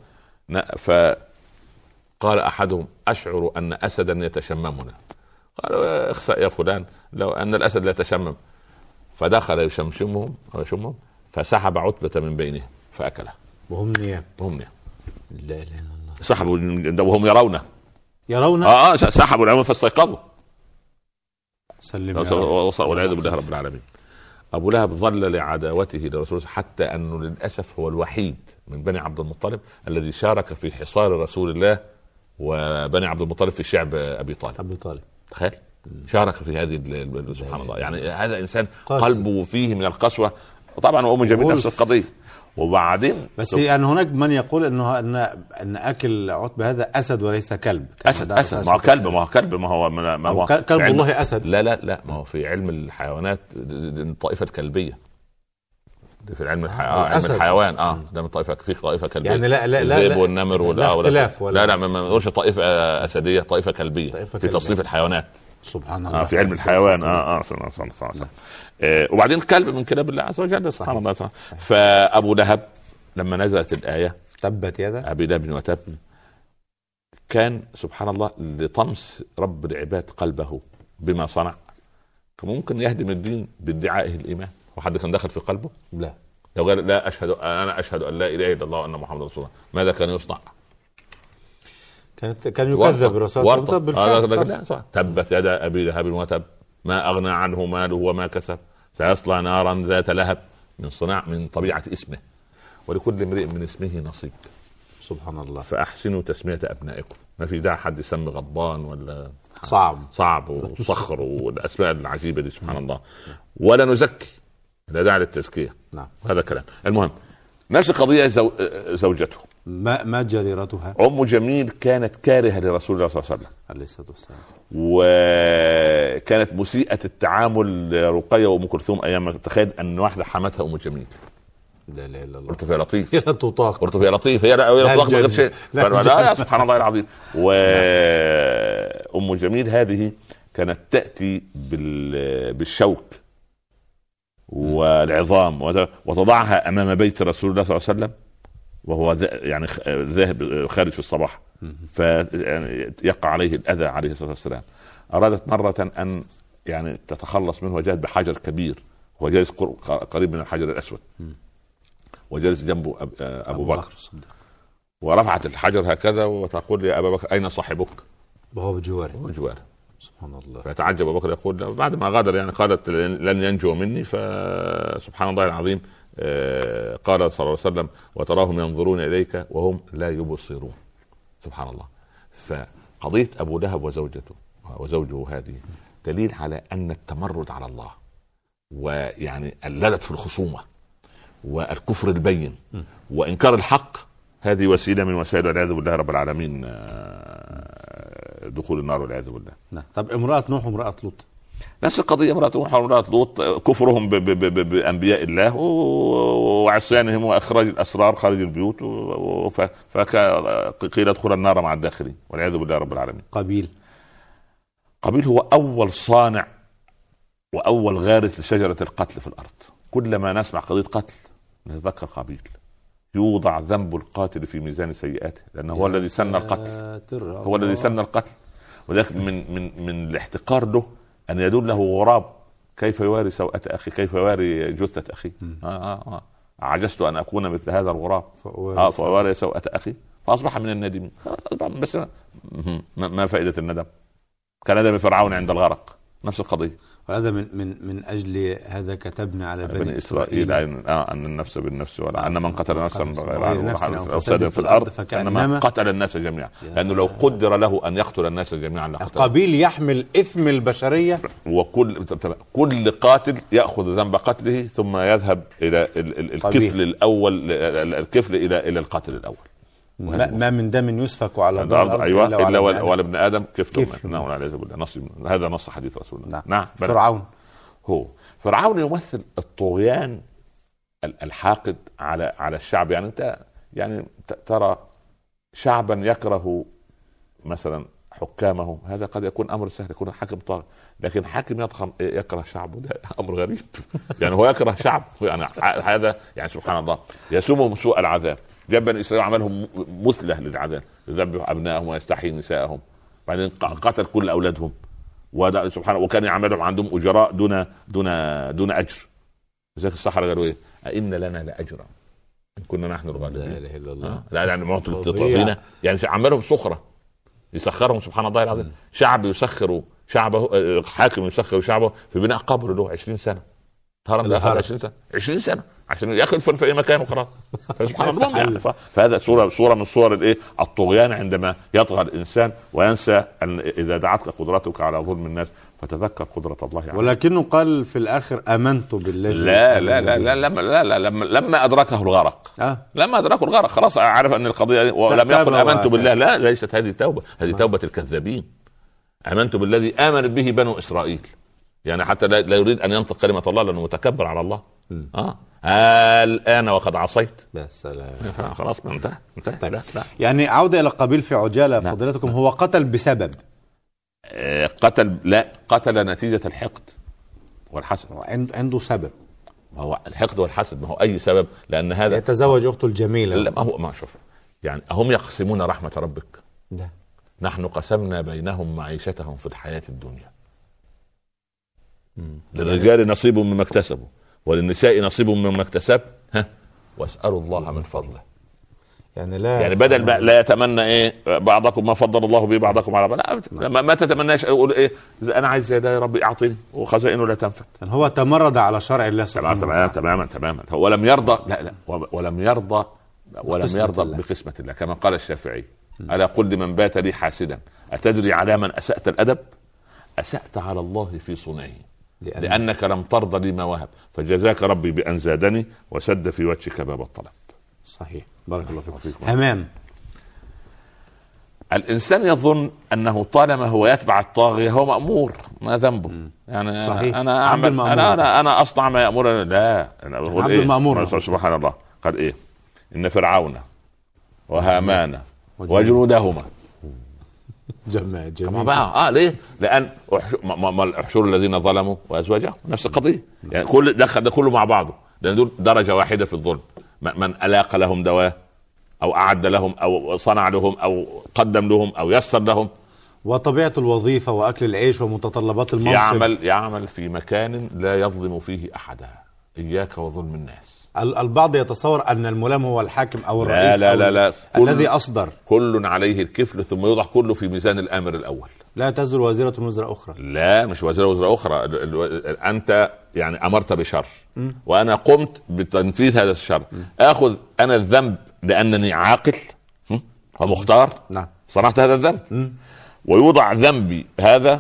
فقال احدهم اشعر ان اسدا يتشممنا. قال اخسأ يا فلان لو ان الاسد لا يتشمم. فدخل يشمشمهم ويشمهم فسحب عتبة من بينهم فاكله وهم نيام. وهم نيام. لا اله الا الله. سحبوا وهم يرونه يرون اه اه سحبوا العلم فاستيقظوا. سلم والعياذ بالله رب العالمين. ابو لهب ظل لعداوته لرسول الله حتى انه للاسف هو الوحيد من بني عبد المطلب الذي شارك في حصار رسول الله وبني عبد المطلب في شعب ابي طالب. ابي طالب تخيل شارك في هذه سبحان الله. يعني هذا انسان قلبه فيه من القسوه. وطبعا ام جميل نفس القضيه. وبعدين بس يعني هناك من يقول انه ان ان اكل عتبة هذا اسد وليس كلب. اسد اسد ما هو كلب ما هو كلب ما هو ما هو كلب والله اسد. لا لا لا ما هو في علم الحيوانات الطائفه الكلبيه في علم الحي... آه علم الحيوان اه ده من طائفه في طائفه كلبيه يعني لا لا لا الذئب والنمر ولا ولا لا لا ما نقولش طائفه اسديه طائفه كلبيه طائفة في تصنيف الحيوانات. سبحان الله. آه في علم الحيوان اه اه صح صح صح صح. آه وبعدين كلب من كلاب الله عز وجل سبحان الله. صح. فابو لهب لما نزلت الايه تبت يدا ابي لهب وتب كان سبحان الله لطمس رب العباد قلبه بما صنع. كان ممكن يهدم الدين بادعائه الايمان. وحد كان دخل في قلبه؟ لا. لو قال لا اشهد انا اشهد ان لا اله الا الله وان محمد رسول الله ماذا كان يصنع؟ كانت كان يكذب الرسول صلى الله عليه وسلم. تبت يدا ابي لهب وتب ما اغنى عنه ماله وما كسب سيصلى نارا ذات لهب من صناع من طبيعه اسمه ولكل امرئ من اسمه نصيب. سبحان الله. فاحسنوا تسميه ابنائكم. ما في داعي حد يسمي غضبان ولا صعب صعب وصخر والاسماء العجيبه دي سبحان الله. ولا نزكي لا داعي للتزكيه. نعم. هذا كلام. المهم نفس القضيه زو... زوجته ما ما جريرتها ام جميل كانت كارهه لرسول الله صلى الله عليه وسلم عليه الصلاه والسلام. وكانت مسيئه التعامل رقيه وام كلثوم ايام. تخيل ان واحده حمتها ام جميل. لا لا لا قلت فيها لطيف. لا تطاق. قلت فيها لطيف. هي لا تطاق من غير شيء. لا يا سبحان الله العظيم. وام جميل هذه كانت تاتي بالشوك والعظام وتضعها امام بيت رسول الله صلى الله عليه وسلم وهو يعني ذاهب خارج في الصباح فيقع عليه الاذى عليه الصلاه والسلام. ارادت مره ان يعني تتخلص منه وجاءت بحجر كبير هو جالس قريب من الحجر الاسود وجالس جنبه ابو بكر ورفعت الحجر هكذا وتقول يا ابا بكر اين صاحبك؟ وهو بجواره بجواره. سبحان الله. فتعجب ابو بكر يقول بعد ما غادر يعني قالت لن ينجو مني. فسبحان الله العظيم قال صلى الله عليه وسلم وتراهم ينظرون اليك وهم لا يبصرون. سبحان الله. فقضيه ابو لهب وزوجته وزوجه هذه دليل على أن التمرد على الله ويعني اللذة في الخصومة والكفر البين وإنكار الحق هذه وسيلة من وسائل والعياذ بالله رب العالمين دخول النار والعياذ بالله. نعم. طب امرأة نوح وامرأة لوط نفس القضية، امرأة نوح وامرأة لوط كفرهم بأنبياء الله وعصيانهم وإخراج الأسرار خارج البيوت فقيل ادخل النار مع الداخلين والعياذ بالله رب العالمين. قابيل قابيل هو أول صانع وأول غارس لشجرة القتل في الأرض. كلما نسمع قضية قتل نتذكر قابيل. يوضع ذنب القاتل في ميزان سيئاته لأنه هو الذي سن القتل، هو الذي سن القتل. وذلك من من من الاحتقار له أن يدله غراب كيف يواري سوءة أخي، كيف يواري جثة أخي. آه آه آه. عجزت أن أكون مثل هذا الغراب آه فواري سوءة أخي فأصبح من النادمين. بس ما فائدة الندم؟ كندم فرعون عند الغرق، نفس القضية. وهذا من من من اجل هذا كتبنا على بني, بني اسرائيل آه ان النفس بالنفس ولا ان من قتل نفسا بغير او فساد في الارض فكانما قتل الناس جميعا، لانه لو قدر له ان يقتل الناس جميعا لقتل. قابيل يحمل اثم البشريه، وكل كل قاتل ياخذ ذنب قتله ثم يذهب الى الكفل الاول، الكفل الى الى القاتل الاول. ما, ما من دم يسفك على الارض ايوه الا, إلا ولا ابن ادم كفل. نعم والعياذ بالله. نص هذا نص حديث رسول الله. نعم, نعم. فرعون هو فرعون يمثل الطغيان الحاقد على على الشعب. يعني انت يعني ترى شعبا يكره مثلا حكامه، هذا قد يكون امر سهل، يكون حاكم طاغي، لكن حاكم يضخم يكره شعبه ده امر غريب. يعني هو يكره شعب، يعني هذا يعني سبحان الله يسومهم سوء العذاب. جاب بني اسرائيل عملهم مثله للعذاب، يذبح ابنائهم ويستحيي نسائهم، بعدين قتل كل اولادهم وده سبحانه. وكان يعملهم عندهم اجراء دون دون دون اجر. لذلك الصحراء قالوا ايه؟ أئن لنا لاجرا ان كنا نحن الغالبين. لا اله الا الله. لا يعني معطل التطبيق، يعني عملهم سخره، يسخرهم سبحان الله العظيم. شعب يسخر شعبه، حاكم يسخر شعبه في بناء قبر له عشرين سنه، هرم ده عشرين سنه عشرين سنه عشان ياكل في اي مكان وخلاص. سبحان الله. يعني فهذا صوره صوره من صور الايه الطغيان، عندما يطغى الانسان وينسى ان اذا دعتك قدرتك على ظلم الناس فتذكر قدره الله عليك. ولكنه قال في الاخر امنت بالله. لا لا لا لا لما لا لا لما لما ادركه الغرق أه؟ لما ادركه الغرق خلاص عرف ان القضيه، ولم يقل امنت بالله. لا ليست هذه توبه، هذه توبه الكذابين. امنت بالذي امنت به بنو اسرائيل، يعني حتى لا يريد ان ينطق كلمه الله لانه متكبر على الله. اه الآن وقد عصيت. بس خلاص ما انتهى انتهى. طيب. لا. لا. يعني عودة إلى قابيل في عجالة لا. فضيلتكم هو قتل بسبب آه قتل لا قتل نتيجة الحقد والحسد. عنده سبب، ما هو الحقد والحسد، ما هو أي سبب، لأن هذا يتزوج أخته الجميلة. لا ما هو ما شوف يعني هم يقسمون رحمة ربك. لا. نحن قسمنا بينهم معيشتهم في الحياة الدنيا. مم. للرجال نصيب مما اكتسبوا وللنساء نصيب مما اكتسب، ها واسألوا الله من فضله. يعني لا يعني بدل ما لا يتمنى ايه بعضكم ما فضل الله به بعضكم على بعض، لا ما, ما تتمناش اقول ايه انا عايز زي ده يا ربي اعطيني وخزائنه لا تنفد. يعني هو تمرد على شرع الله سبحانه تماما تماما تماما. هو لم يرضى لا لا ولم يرضى ولم يرضى الله. بقسمة الله كما قال الشافعي: ألا قل لمن بات لي حاسدا أتدري على من أسأت الأدب؟ أسأت على الله في صنعه لأن... لأنك لم ترضى لي ما وهب، فجزاك ربي بأن زادني وسد في وجهك باب الطلب. صحيح. بارك الله فيكم. همام. الإنسان يظن أنه طالما هو يتبع الطاغية هو مأمور، ما ذنبه؟ يعني صحيح. أنا أعمل أنا أنا أنا أصنع ما يأمرني. لا أنا أقول إيه؟ المأمور. سبحان الله. قد إيه إن فرعون وهامان وجنودهما جمع جميع بقى. اه ليه؟ لان احشروا الذين ظلموا وازواجهم، نفس القضيه. يعني كل دخل ده كله مع بعضه، لان دول درجه واحده في الظلم. من الاق لهم دواء او اعد لهم او صنع لهم او قدم لهم او يسر لهم. وطبيعه الوظيفه واكل العيش ومتطلبات المنصب. يعمل يعمل في مكان لا يظلم فيه احدا. اياك وظلم الناس. البعض يتصور أن الملام هو الحاكم أو الرئيس لا لا لا لا. الذي أصدر. كل عليه الكفل ثم يوضع كله في ميزان الآمر الأول. لا تزر وزيرة وزر أخرى. لا مش وزيرة وزر أخرى. أنت يعني أمرت بشر م? وأنا قمت بتنفيذ هذا الشر. م? أخذ أنا الذنب لأنني عاقل ومختار. نعم. صنعت هذا الذنب م? ويوضع ذنبي هذا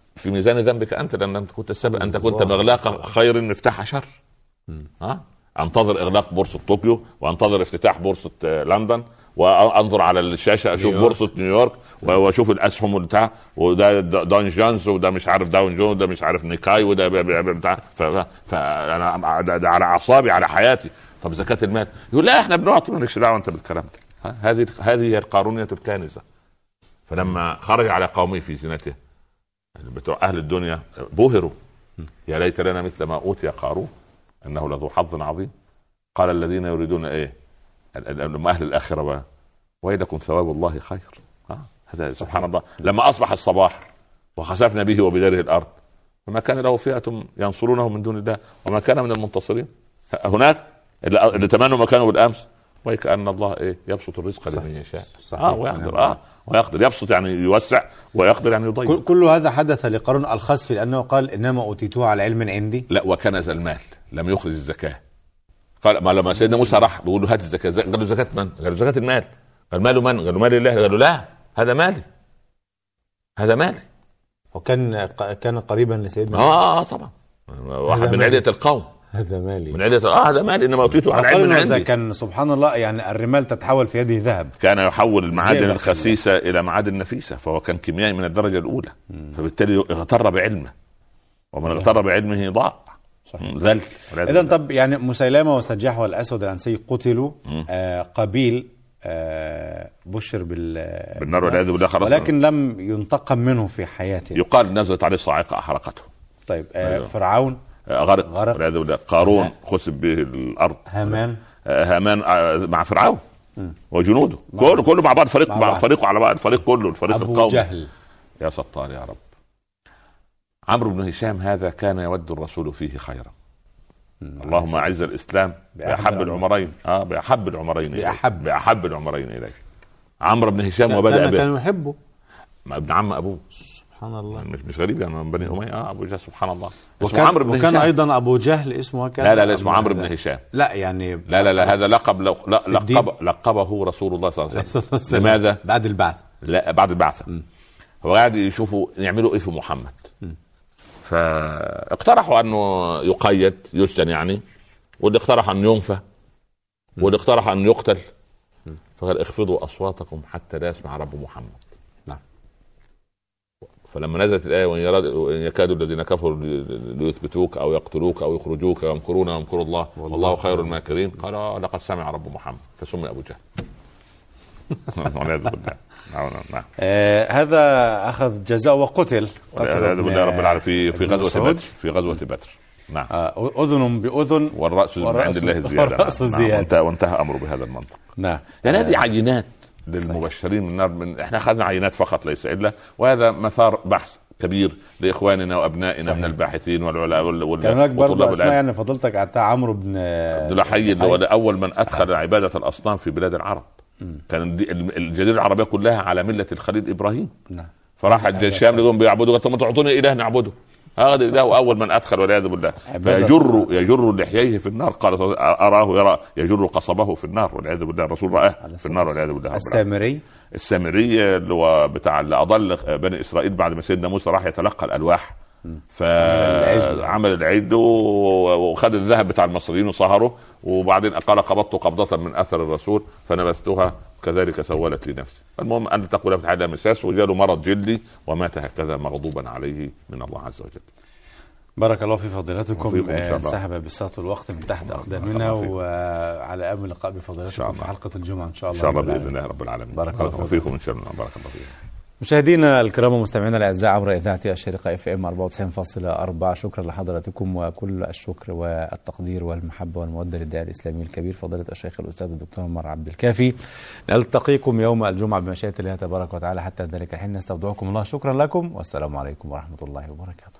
في ميزان ذنبك انت، لان انت كنت السبب، انت كنت مغلاق خير مفتاح شر. ها انتظر اغلاق بورصه طوكيو، وانتظر افتتاح بورصه لندن، وانظر على الشاشه اشوف بورصه نيويورك، واشوف الاسهم بتاع، وده داون جونز، وده مش عارف داون جونز، وده مش عارف نيكاي، وده بتاع، فانا على اعصابي على حياتي. طب زكاه المال يقول لا احنا بنعطي، مالكش دعوه انت بالكلام ده. هذه هذه هي القارونيه الكانزه. فلما خرج على قومه في زينته بتوع اهل الدنيا بوهروا، يا ليت لنا مثل ما اوتي قارون انه لذو حظ عظيم. قال الذين يريدون ايه اهل الاخره بقى ويلكم ثواب الله خير. ها هذا سبحان الله. لما اصبح الصباح وخسفنا به وبداره الارض فما كان له فئه ينصرونه من دون الله وما كان من المنتصرين. هناك اللي تمنوا مكانه بالامس، وكأن الله ايه يبسط الرزق لمن يشاء اه ويقدر اه ويقدر يبسط يعني يوسع، ويقدر يعني يضيق. كل هذا حدث لقارون الخسف لانه قال انما اوتيتوه على علم عندي. لا وكنز المال لم يخرج الزكاه. قال ما لما سيدنا موسى راح بيقول له هات الزكاه، قال له زكاه من؟ قال له زكاه المال. قال ماله من؟ قال له مال الله. قال له لا هذا مالي، هذا مالي. وكان كان قريبا لسيدنا اه, آه طبعا واحد من علية القوم. هذا مالي. من علية اه هذا مالي انما اوتيته على علم عندي. كان سبحان الله يعني الرمال تتحول في يده ذهب. كان يحول المعادن الخسيسه الى معادن نفيسه، فهو كان كيميائي من الدرجه الاولى. مم. فبالتالي اغتر بعلمه، ومن اغتر بعلمه ضاع ذل. اذا طب يعني مسيلمه وسجاح والاسود العنسي قتلوا، آه قبيل آه بشر بال بالنار والعياذ بالله، خلاص، ولكن لم ينتقم منه في حياته. يقال نزلت عليه صاعقه احرقته. طيب آه أيوه. فرعون غرق, غرق. والعياذ بالله. قارون خسف به الارض. هامان آه هامان مع فرعون م. وجنوده كله كله مع بعض، فريق مع, مع فريق على بعض، الفريق كله، الفريق أبو القومي. جهل. يا ستار يا رب. عمرو بن هشام هذا كان يود الرسول فيه خيرا. اللهم اعز الاسلام باحب العمرين اه باحب العمرين باحب باحب العمرين اليه. عمرو بن هشام وبدا به، كان يحبه ما ابن عم ابوه. سبحان الله. مش مش غريب يعني من بني اميه. اه ابو جهل سبحان الله. اسمه عمرو بن هشام. وكان ايضا ابو جهل اسمه كذا. لا لا لا اسمه عمرو بن هشام. لا يعني لا لا لا هذا لقب لا لقب لقبه رسول الله صلى الله عليه وسلم. لماذا؟ بعد البعث. لا بعد البعث. هو قاعد يشوفوا يعملوا ايه في محمد. م. فاقترحوا انه يقيد يسجن يعني، واللي اقترح ان ينفى، واللي اقترح ان يقتل. فقال اخفضوا اصواتكم حتى لا يسمع رب محمد. نعم. فلما نزلت الايه وان يكاد الذين كفروا ليثبتوك او يقتلوك او يخرجوك ويمكرون ويمكر الله والله خير الماكرين، قال لقد سمع رب محمد، فسمي ابو جهل. نعم نعم. آه هذا اخذ جزاء وقتل. والعياذ بالله رب العالمين في في غزوه بدر. في غزوه بدر. نعم. آه اذن باذن والراس من عند الله الزياده. والراس الزياده. نعم. وانتهى امره بهذا المنطق. نعم. يعني هذه عينات للمبشرين من النار. من احنا اخذنا عينات فقط ليس الا، وهذا مثار بحث كبير لاخواننا وابنائنا صحيح. من الباحثين والعلماء وطلاب العلم. يعني فضلتك قعدتها عمرو بن عبد الحي اللي هو اول من ادخل عباده الاصنام في بلاد العرب. م. كان الجزيره العربيه كلها على مله الخليل ابراهيم. نعم. فراح الشام لهم بيعبدوا، قالوا تعطوني اله نعبده. هذا اله اول من ادخل والعياذ بالله. فيجر يجر لحييه في النار. قال اراه يرى يجر قصبه في النار والعياذ بالله. الرسول راه في النار والعياذ بالله. السامري السامري اللي هو بتاع اللي اضل بني اسرائيل بعد ما سيدنا موسى راح يتلقى الالواح، فعمل العيد وخد الذهب بتاع المصريين وصهره، وبعدين قال قبضت قبضة من اثر الرسول فنبذتها كذلك سولت لي نفسي. المهم ان تقول في الحياه مساس وجاله مرض جلدي ومات هكذا مغضوبا عليه من الله عز وجل. بارك الله في فضيلتكم. انسحب بساط الوقت من تحت اقدامنا، وعلى امل اللقاء بفضيلتكم في حلقه الجمعه ان شاء الله. ان شاء الله باذن الله رب العالمين. بارك الله فيكم ان شاء الله. بارك الله فيكم. مشاهدينا الكرام ومستمعينا الاعزاء عبر اذاعه الشريقه اف ام أربعة وتسعين فاصلة أربعة، شكرا لحضراتكم وكل الشكر والتقدير والمحبه والموده للداعي الاسلامي الكبير فضيله الشيخ الاستاذ الدكتور عمر عبد الكافي. نلتقيكم يوم الجمعه بمشيئه الله تبارك وتعالى. حتى ذلك الحين نستودعكم الله. شكرا لكم والسلام عليكم ورحمه الله وبركاته.